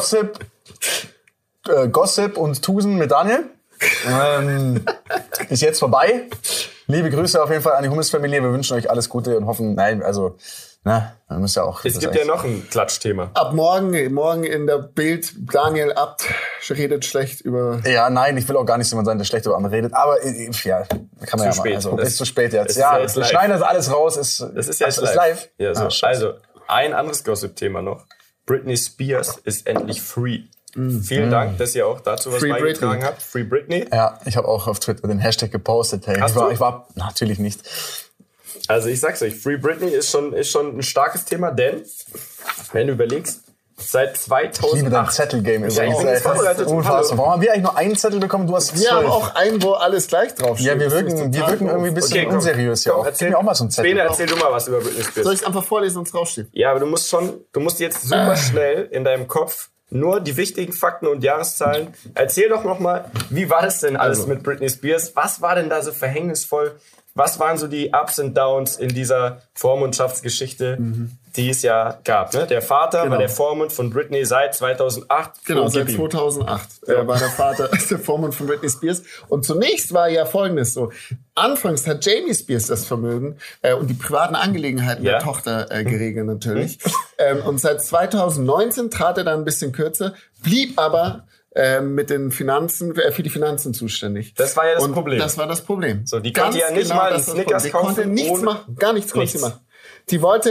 Gossip und Tusen mit Daniel. Ist jetzt vorbei. Liebe Grüße auf jeden Fall an die Hummels-Familie. Wir wünschen euch alles Gute und hoffen, man muss ja auch. Es gibt ja noch ein Klatschthema. Ab morgen in der Bild, Daniel Abt redet schlecht über... Ja, nein, ich will auch gar nicht jemand sein, der schlecht über andere redet. Aber ja, kann man zu ja spät. Ist zu spät jetzt. Ja, wir schneiden das alles raus. Das ist ja jetzt live. Ja, so. Also, ein anderes Gossip-Thema noch. Britney Spears ist endlich free. Vielen Dank, dass ihr auch dazu was beigetragen habt. Free Britney. Ja, ich habe auch auf Twitter den Hashtag gepostet. Hey. Ich war natürlich nicht. Also ich sag's euch, Free Britney ist schon ein starkes Thema, denn, wenn du überlegst, seit 2008... Ich liebe dein Zettelgame übrigens. Unfassbar. Warum haben wir eigentlich nur einen Zettel bekommen? Du hast 12. Wir haben auch einen, wo alles gleich draufsteht. Ja, wir wirken irgendwie ein bisschen unseriös hier auch. Erzähl mir auch mal so einen Zettel. Bene, erzähl du mal was über Britney Spears. Soll ich es einfach vorlesen und es draufsteht? Ja, aber du musst jetzt super schnell in deinem Kopf nur die wichtigen Fakten und Jahreszahlen. Erzähl doch noch mal, wie war das denn alles mit Britney Spears? Was war denn da so verhängnisvoll? Was waren so die Ups und Downs in dieser Vormundschaftsgeschichte, die es ja gab? Ne? Der Vater war der Vormund von Britney seit 2008. Genau, seit 2008 war der Vater der Vormund von Britney Spears. Und zunächst war ja Folgendes so. Anfangs hat Jamie Spears das Vermögen und die privaten Angelegenheiten der Tochter geregelt natürlich. Und seit 2019 trat er dann ein bisschen kürzer, blieb aber mit den Finanzen, für die Finanzen zuständig. Das war ja das Problem. Das war das Problem. So, die konnte ja nicht mal einen Snickers kaufen. Die konnte nichts machen, gar nichts konnte sie machen. Die wollte...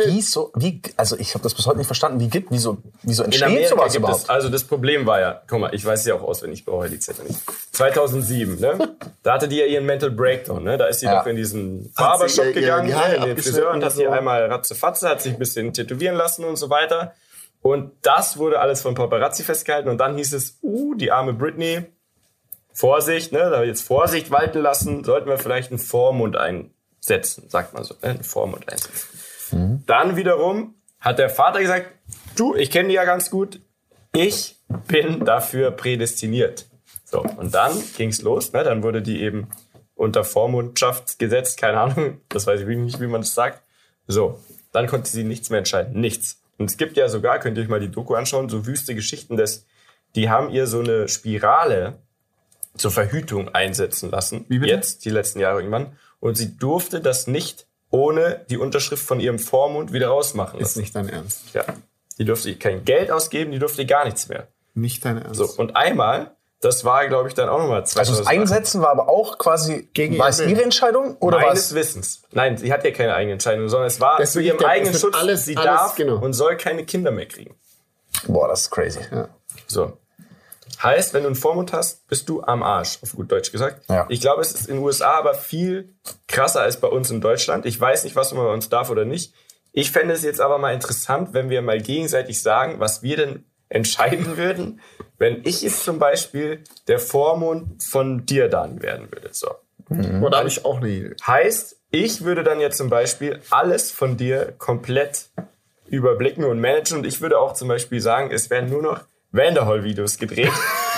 Also ich habe das bis heute nicht verstanden. Wieso entsteht sowas überhaupt? Also das Problem war ja, guck mal, ich weiß es ja auch auswendig, ich brauche ja die Zettel nicht. 2007, ne? Da hatte die ja ihren Mental Breakdown, ne? Da ist sie doch in diesen Barbershop gegangen, in den Friseur und hat sie einmal ratzefatze, hat sich ein bisschen tätowieren lassen und so weiter. Und das wurde alles von Paparazzi festgehalten. Und dann hieß es, die arme Britney, Vorsicht, ne, da jetzt Vorsicht walten lassen, sollten wir vielleicht einen Vormund einsetzen, sagt man so, ne, einen Vormund einsetzen. Dann wiederum hat der Vater gesagt, ich kenne die ja ganz gut, ich bin dafür prädestiniert. So, und dann ging's los, ne, dann wurde die eben unter Vormundschaft gesetzt, keine Ahnung, das weiß ich nicht, wie man das sagt. So, dann konnte sie nichts mehr entscheiden, nichts. Und es gibt ja sogar, könnt ihr euch mal die Doku anschauen, so wüste Geschichten, die haben ihr so eine Spirale zur Verhütung einsetzen lassen. Wie bitte? Jetzt, die letzten Jahre irgendwann. Und sie durfte das nicht ohne die Unterschrift von ihrem Vormund wieder rausmachen lassen. Ist nicht dein Ernst. Ja. Die durfte kein Geld ausgeben, die durfte gar nichts mehr. Nicht dein Ernst. So, und einmal, das war, glaube ich, dann auch nochmal 2008. Also das Einsetzen war aber auch quasi war es ihre Entscheidung? Oder meines Wissens. Nein, sie hat ja keine eigene Entscheidung, sondern es war zu ihrem eigenen Schutz. Sie darf und soll keine Kinder mehr kriegen. Boah, das ist crazy. Ja. So. Heißt, wenn du einen Vormund hast, bist du am Arsch, auf gut Deutsch gesagt. Ja. Ich glaube, es ist in den USA aber viel krasser als bei uns in Deutschland. Ich weiß nicht, was man bei uns darf oder nicht. Ich fände es jetzt aber mal interessant, wenn wir mal gegenseitig sagen, was wir denn entscheiden würden, wenn ich jetzt zum Beispiel der Vormund von dir dann werden würde. So. Oder habe ich auch nie. Heißt, ich würde dann jetzt zum Beispiel alles von dir komplett überblicken und managen. Und ich würde auch zum Beispiel sagen, es werden nur noch Vanderhall-Videos gedreht.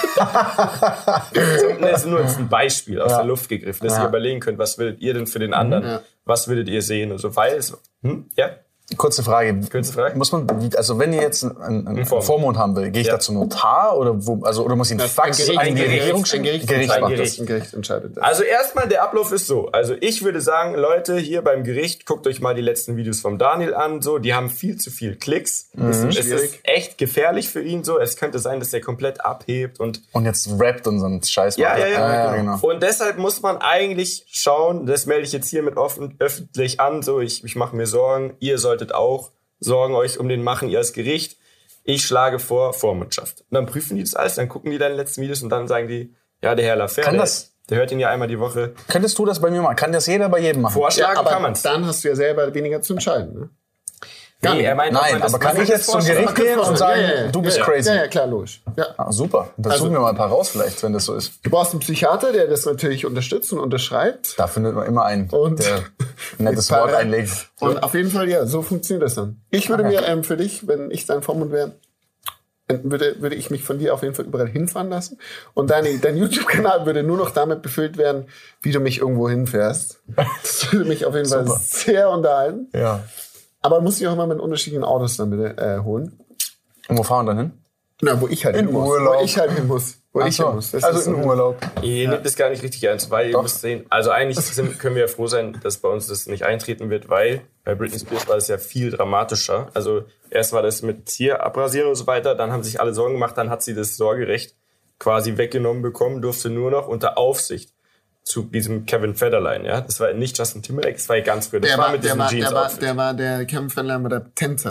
Das ist nur jetzt ein Beispiel aus der Luft gegriffen, dass ihr überlegen könnt, was würdet ihr denn für den anderen, was würdet ihr sehen und so, weil es, Kurze Frage. Muss man, also wenn ihr jetzt einen Vormund haben will, gehe ich da zum Notar oder wo, also oder muss ich einen Fax ein Gericht entscheidet das. Also erstmal, der Ablauf ist so. Also ich würde sagen, Leute, hier beim Gericht, guckt euch mal die letzten Videos vom Daniel an. So, die haben viel zu viel Klicks. Es ist echt gefährlich für ihn. So, es könnte sein, dass er komplett abhebt und jetzt rappt und so einen Scheiß macht. Ja, genau. Und deshalb muss man eigentlich schauen. Das melde ich jetzt hier mit öffentlich an. So, ich mache mir Sorgen. Ihr solltet auch Sorgen euch um den machen, ihr als Gericht. Ich schlage vor Vormundschaft. Und dann prüfen die das alles, dann gucken die deine letzten Videos und dann sagen die, ja, der Herr Lafer, der hört ihn ja einmal die Woche. Könntest du das bei mir machen? Kann das jeder bei jedem machen? Vorschlagen aber kann man's. Dann hast du ja selber weniger zu entscheiden, ne? Nee, er meint, nein, aber kann ich jetzt zum Gericht gehen und sagen, du bist crazy? Ja, klar, logisch. Ja. Super. Dann suchen wir mal ein paar raus vielleicht, wenn das so ist. Du brauchst einen Psychiater, der das natürlich unterstützt und unterschreibt. Da findet man immer einen, der ein nettes Wort einlegt. Und auf jeden Fall, ja, so funktioniert das dann. Ich würde mir für dich, wenn ich dein Vormund wäre, würde ich mich von dir auf jeden Fall überall hinfahren lassen. Und dein YouTube-Kanal würde nur noch damit befüllt werden, wie du mich irgendwo hinfährst. Das würde mich auf jeden Fall sehr unterhalten. Ja. Aber muss ich auch immer mit unterschiedlichen Autos dann bitte holen. Und wo fahren wir dann hin? Na, wo ich halt hin muss. Urlaub. Wo ich halt hin muss. Das also ist im Urlaub. Ihr nehmt das gar nicht richtig ernst, weil ihr müsst sehen, also eigentlich können wir ja froh sein, dass bei uns das nicht eintreten wird, weil bei Britney Spears war das ja viel dramatischer. Also erst war das mit hier abrasieren und so weiter, dann haben sich alle Sorgen gemacht, dann hat sie das Sorgerecht quasi weggenommen bekommen, durfte nur noch unter Aufsicht zu diesem Kevin Federline, ja. Das war nicht Justin Timberlake, das war ja ganz früher. Das war mit diesem Jeans-Outfit. Der Kevin Federline war der Tänzer.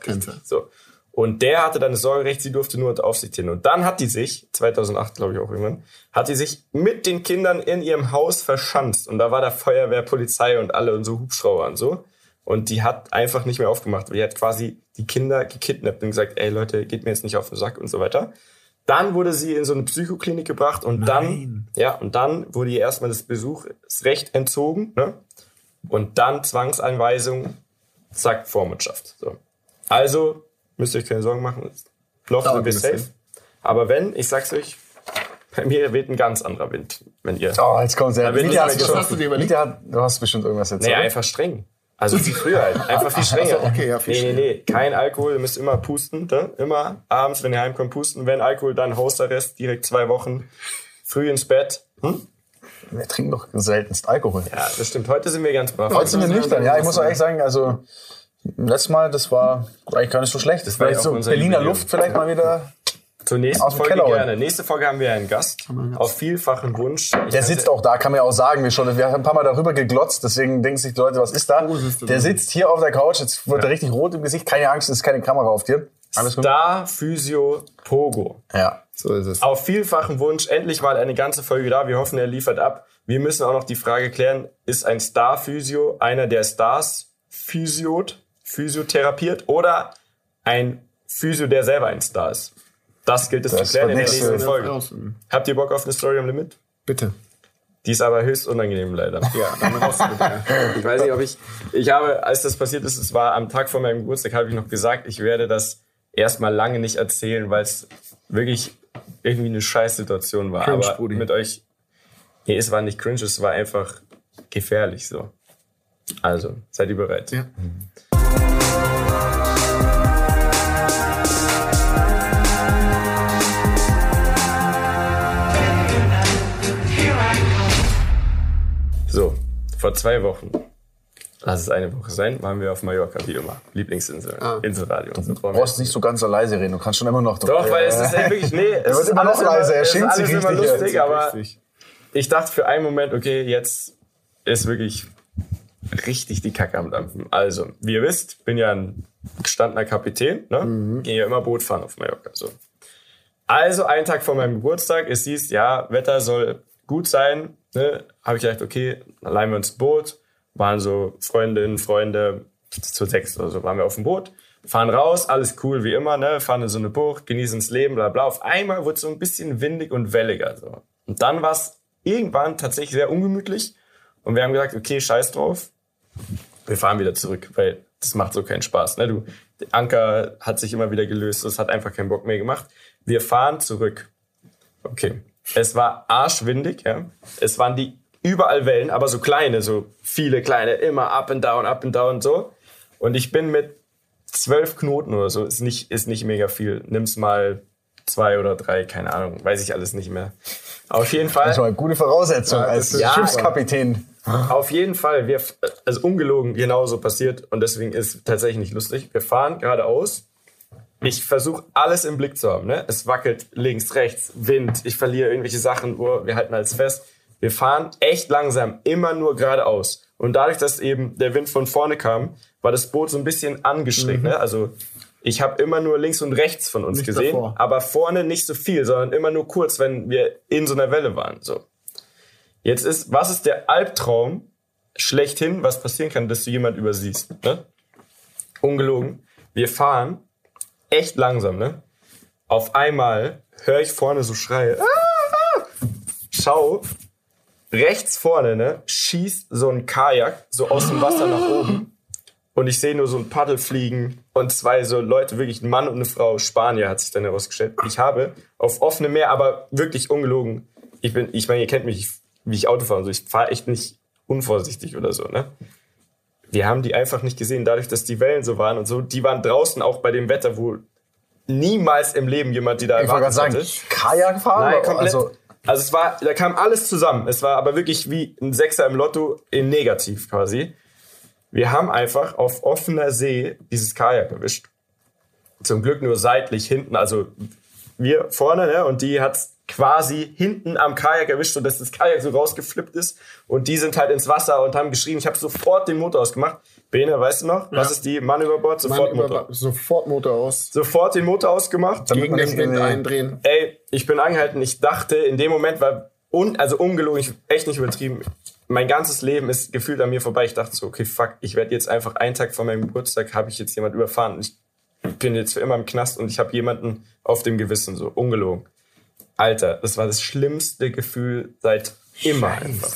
So. Und der hatte dann das Sorgerecht, sie durfte nur unter Aufsicht hin. Und dann hat die sich, 2008 glaube ich auch irgendwann, hat die sich mit den Kindern in ihrem Haus verschanzt. Und da war da Feuerwehr, Polizei und alle und so Hubschrauber und so. Und die hat einfach nicht mehr aufgemacht. Die hat quasi die Kinder gekidnappt und gesagt, ey Leute, geht mir jetzt nicht auf den Sack und so weiter. Dann wurde sie in so eine Psychoklinik gebracht und dann wurde ihr erstmal das Besuchsrecht entzogen, ne? Und dann Zwangseinweisung, zack, Vormundschaft. So. Also müsst ihr euch keine Sorgen machen, noch sind wir safe. Aber ich sag's euch, bei mir weht ein ganz anderer Wind, wenn ihr... Oh, jetzt kommt's ja. Was hast du dir überlegt? Du hast bestimmt irgendwas jetzt. Nee, einfach streng. Also wie früher halt. Einfach viel strenger. Also, okay, ja, viel strenger. Nee. Kein Alkohol. Ihr müsst immer pusten. Ne? Immer abends, wenn ihr heimkommt, pusten. Wenn Alkohol, dann Hausarrest. Direkt 2 Wochen. Früh ins Bett. Wir trinken doch seltenst Alkohol. Ja, das stimmt. Heute sind wir ganz brav. Heute sind wir nüchtern. Ja, ich muss auch ehrlich sagen, also letztes Mal, das war eigentlich gar nicht so schlecht. Das vielleicht so Berliner Jubiläum. Luft vielleicht mal wieder. Zur nächsten Folge gerne. Nächste Folge haben wir einen Gast. Auf vielfachen Wunsch. Der sitzt auch da, kann man ja auch sagen. Wir haben ein paar Mal darüber geglotzt, deswegen denken sich die Leute, was ist da? Der sitzt hier auf der Couch, jetzt wird er richtig rot im Gesicht. Keine Angst, es ist keine Kamera auf dir. Alles gut. Star Physio Pogo. Ja, so ist es. Auf vielfachen Wunsch. Endlich mal eine ganze Folge da. Wir hoffen, er liefert ab. Wir müssen auch noch die Frage klären, ist ein Star Physio einer, der Stars physiotherapiert oder ein Physio, der selber ein Star ist? Das gilt es zu klären in der nächsten Folge. Habt ihr Bock auf eine Story am Limit? Bitte. Die ist aber höchst unangenehm, leider. Ja, dann raus bitte. Ich weiß nicht, ob ich habe, als das passiert ist, es war am Tag vor meinem Geburtstag, habe ich noch gesagt, ich werde das erstmal lange nicht erzählen, weil es wirklich irgendwie eine Scheißsituation war. Cringe, aber Brudi. mit euch, nee, es war nicht cringe, es war einfach gefährlich so. Also, seid ihr bereit? Ja. So, vor 2 Wochen, lass es eine Woche sein, waren wir auf Mallorca, wie immer. Lieblingsinsel, Inselradio. Du brauchst nicht so ganz so leise reden, du kannst schon immer noch... Doch, weil es ist ja wirklich, es wird ist immer noch leiser, er schinkt sich immer richtig. lustig, aber ich dachte für einen Moment, okay, jetzt ist wirklich richtig die Kacke am Dampfen. Also, wie ihr wisst, bin ja ein gestandener Kapitän, ne? Gehe ja immer Boot fahren auf Mallorca, so. Also, einen Tag vor meinem Geburtstag, es hieß, ja, Wetter soll gut sein, ne? Habe ich gedacht, okay, dann leihen wir uns ein Boot, waren so Freundinnen, Freunde, zu 6 oder so, waren wir auf dem Boot, fahren raus, alles cool wie immer, ne? Fahren in so eine Bucht, genießen das Leben, bla bla. Auf einmal wurde es so ein bisschen windig und welliger, so. Und dann war es irgendwann tatsächlich sehr ungemütlich und wir haben gesagt, okay, scheiß drauf, wir fahren wieder zurück, weil das macht so keinen Spaß, ne? Du Der Anker hat sich immer wieder gelöst. Es hat einfach keinen Bock mehr gemacht. Wir fahren zurück. Okay. Es war arschwindig, ja. Es waren überall Wellen, aber so kleine, so viele kleine, immer up and down so. Und ich bin mit 12 Knoten oder so, ist nicht mega viel. Nimm's mal 2 oder 3, keine Ahnung, weiß ich alles nicht mehr. Auf jeden Fall. Das ist mal eine gute Voraussetzung als Schiffskapitän. Auf jeden Fall, also ungelogen, genauso passiert und deswegen ist es tatsächlich nicht lustig. Wir fahren geradeaus. Ich versuche alles im Blick zu haben. Ne? Es wackelt links, rechts, Wind. Ich verliere irgendwelche Sachen, wir halten alles fest. Wir fahren echt langsam, immer nur geradeaus. Und dadurch, dass eben der Wind von vorne kam, war das Boot so ein bisschen angeschrägt. Ne? Also ich habe immer nur links und rechts von uns gesehen, davor. Aber vorne nicht so viel, sondern immer nur kurz, wenn wir in so einer Welle waren. So. Was ist der Albtraum schlechthin, was passieren kann, dass du jemand übersiehst? Ne? Ungelogen. Wir fahren echt langsam, ne? Auf einmal höre ich vorne so Schreie. Schau, rechts vorne, ne, schießt so ein Kajak so aus dem Wasser nach oben. Und ich sehe nur so ein Paddel fliegen und 2 so Leute, wirklich ein Mann und eine Frau, Spanier hat sich dann herausgestellt. Ich habe auf offenem Meer, aber wirklich ungelogen, ich meine, ihr kennt mich, wie ich Auto fahre und so, ich fahre echt nicht unvorsichtig oder so, ne? Wir haben die einfach nicht gesehen, dadurch, dass die Wellen so waren und so. Die waren draußen auch bei dem Wetter, wo niemals im Leben jemand die da erwartet hatte. Kajak fahren? Nein, komplett. Also da kam alles zusammen. Es war aber wirklich wie ein Sechser im Lotto in negativ quasi. Wir haben einfach auf offener See dieses Kajak erwischt. Zum Glück nur seitlich hinten, also wir vorne, ne, und die hat's quasi hinten am Kajak erwischt, sodass das Kajak so rausgeflippt ist. Und die sind halt ins Wasser und haben geschrien. Ich habe sofort den Motor ausgemacht. Bene, weißt du noch? Ja. Was ist die? Mann über Bord, sofort Motor. Sofort Motor aus. Sofort den Motor ausgemacht. Gegen den Wind eindrehen. Ey, ich bin angehalten. Ich dachte, in dem Moment war, also ungelogen, echt nicht übertrieben, mein ganzes Leben ist gefühlt an mir vorbei. Ich dachte so, okay, fuck, ich werde jetzt einfach einen Tag vor meinem Geburtstag, habe ich jetzt jemand überfahren. Und ich bin jetzt für immer im Knast und ich habe jemanden auf dem Gewissen, so ungelogen. Alter, das war das schlimmste Gefühl seit immer.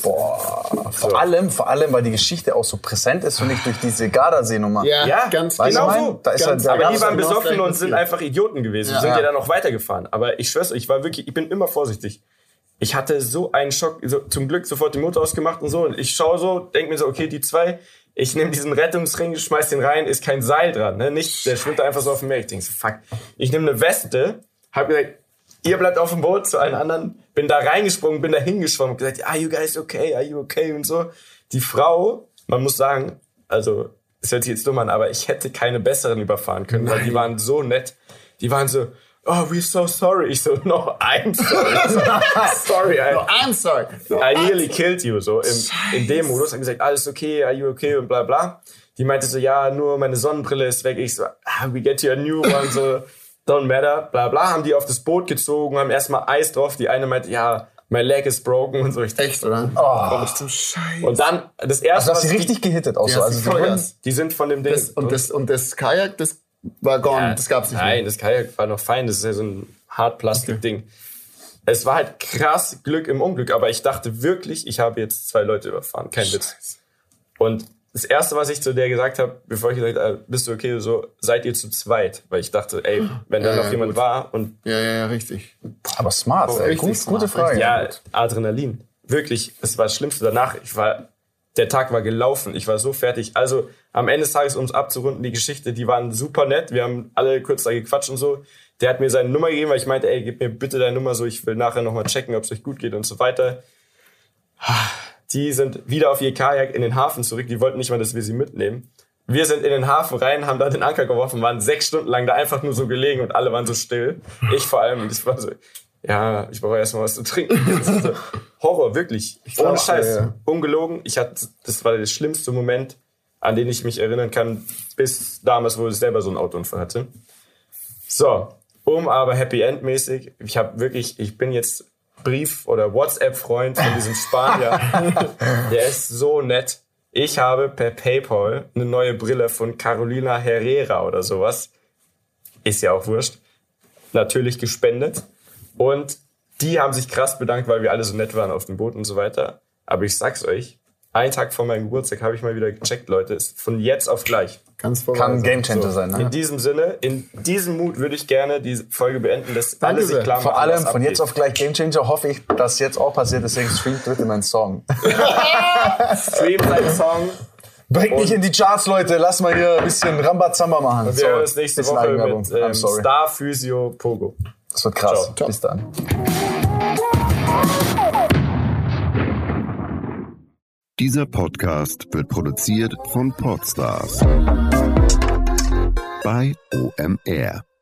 Boah, vor allem, weil die Geschichte auch so präsent ist, finde ich, durch diese Gardasee-Nummer. Ja, ganz genau so. Aber die waren besoffen und sind einfach Idioten gewesen. Ja. Sind ja dann noch weitergefahren. Aber ich schwör's euch, ich bin immer vorsichtig. Ich hatte so einen Schock, zum Glück sofort den Motor ausgemacht und so. Und ich schaue so, denke mir so, okay, die 2, ich nehme diesen Rettungsring, schmeiß den rein, ist kein Seil dran, ne? Nicht, der schwimmt einfach so auf dem Meer. Ich denke so, fuck. Ich nehme eine Weste, hab gesagt, ihr bleibt auf dem Boot zu allen anderen. Bin da reingesprungen, bin da hingeschwommen und gesagt, are you guys okay, are you okay und so. Die Frau, man muss sagen, also, das hört sich jetzt dumm an, aber ich hätte keine besseren überfahren können, weil die waren so nett. Die waren so, oh, we're so sorry. Ich so, no, I'm sorry. Sorry, no, I'm sorry. I nearly killed you, so in dem Modus. Hab gesagt, alles okay, are you okay und bla bla. Die meinte so, ja, nur meine Sonnenbrille ist weg. Ich so, we get you a new one, so, don't matter, bla bla. Haben die auf das Boot gezogen, haben erstmal Eis drauf. Die eine meinte, ja, my leg is broken und so. Ich echt, oder? Oh, zum Scheiße. Und dann, das erste, also, was sie richtig gehittet auch so. Also die sind von dem Ding. Und das Kajak, das war gone, ja, das gab's nicht mehr. Nein, das Kajak war noch fein, das ist ja so ein Hartplastik-Ding. Es war halt krass Glück im Unglück, aber ich dachte wirklich, ich habe jetzt 2 Leute überfahren, kein Witz. Und das Erste, was ich zu der gesagt habe, bevor ich gesagt habe, bist du okay, so, seid ihr zu zweit? Weil ich dachte, ey, wenn da noch jemand war und... Ja, richtig. Aber smart, ey. Gute Frage. Ja, Adrenalin. Wirklich, es war das Schlimmste danach. Der Tag war gelaufen, ich war so fertig. Also am Ende des Tages, um es abzurunden, die Geschichte, die waren super nett. Wir haben alle kurz da gequatscht und so. Der hat mir seine Nummer gegeben, weil ich meinte, ey, gib mir bitte deine Nummer, so, ich will nachher nochmal checken, ob es euch gut geht und so weiter. Die sind wieder auf ihr Kajak in den Hafen zurück. Die wollten nicht mal, dass wir sie mitnehmen. Wir sind in den Hafen rein, haben da den Anker geworfen, waren 6 Stunden lang da einfach nur so gelegen und alle waren so still. Ich vor allem. Und ich war so, ja, ich brauche erstmal was zu trinken. So, Horror, wirklich. Ohne Scheiß. Ja. Ungelogen. Das war der schlimmste Moment, an den ich mich erinnern kann, bis damals, wo ich selber so einen Autounfall hatte. So, aber Happy End mäßig. Ich bin jetzt Brief- oder WhatsApp-Freund von diesem Spanier. Der ist so nett. Ich habe per PayPal eine neue Brille von Carolina Herrera oder sowas. Ist ja auch wurscht. Natürlich gespendet. Und die haben sich krass bedankt, weil wir alle so nett waren auf dem Boot und so weiter. Aber ich sag's euch, einen Tag vor meinem Geburtstag habe ich mal wieder gecheckt, Leute. Ist von jetzt auf gleich. Ganz vorbei. Kann ein Gamechanger sein, ne? In diesem Sinne, in diesem Mut würde ich gerne diese Folge beenden, dass Danke alle sich klar machen, Vor allem was von abgeht. jetzt auf gleich Gamechanger hoffe ich, dass jetzt auch passiert, deswegen streamt bitte meinen Song. Stream seinen Song. Bringt mich in die Charts, Leute. Lass mal hier ein bisschen Rambazamba machen. Und wir hören uns nächste bisschen Woche Eigenwerbung. mit I'm sorry. Star Physio Pogo. Das wird krass. Ciao. Bis dann. Dieser Podcast wird produziert von Podstars bei OMR.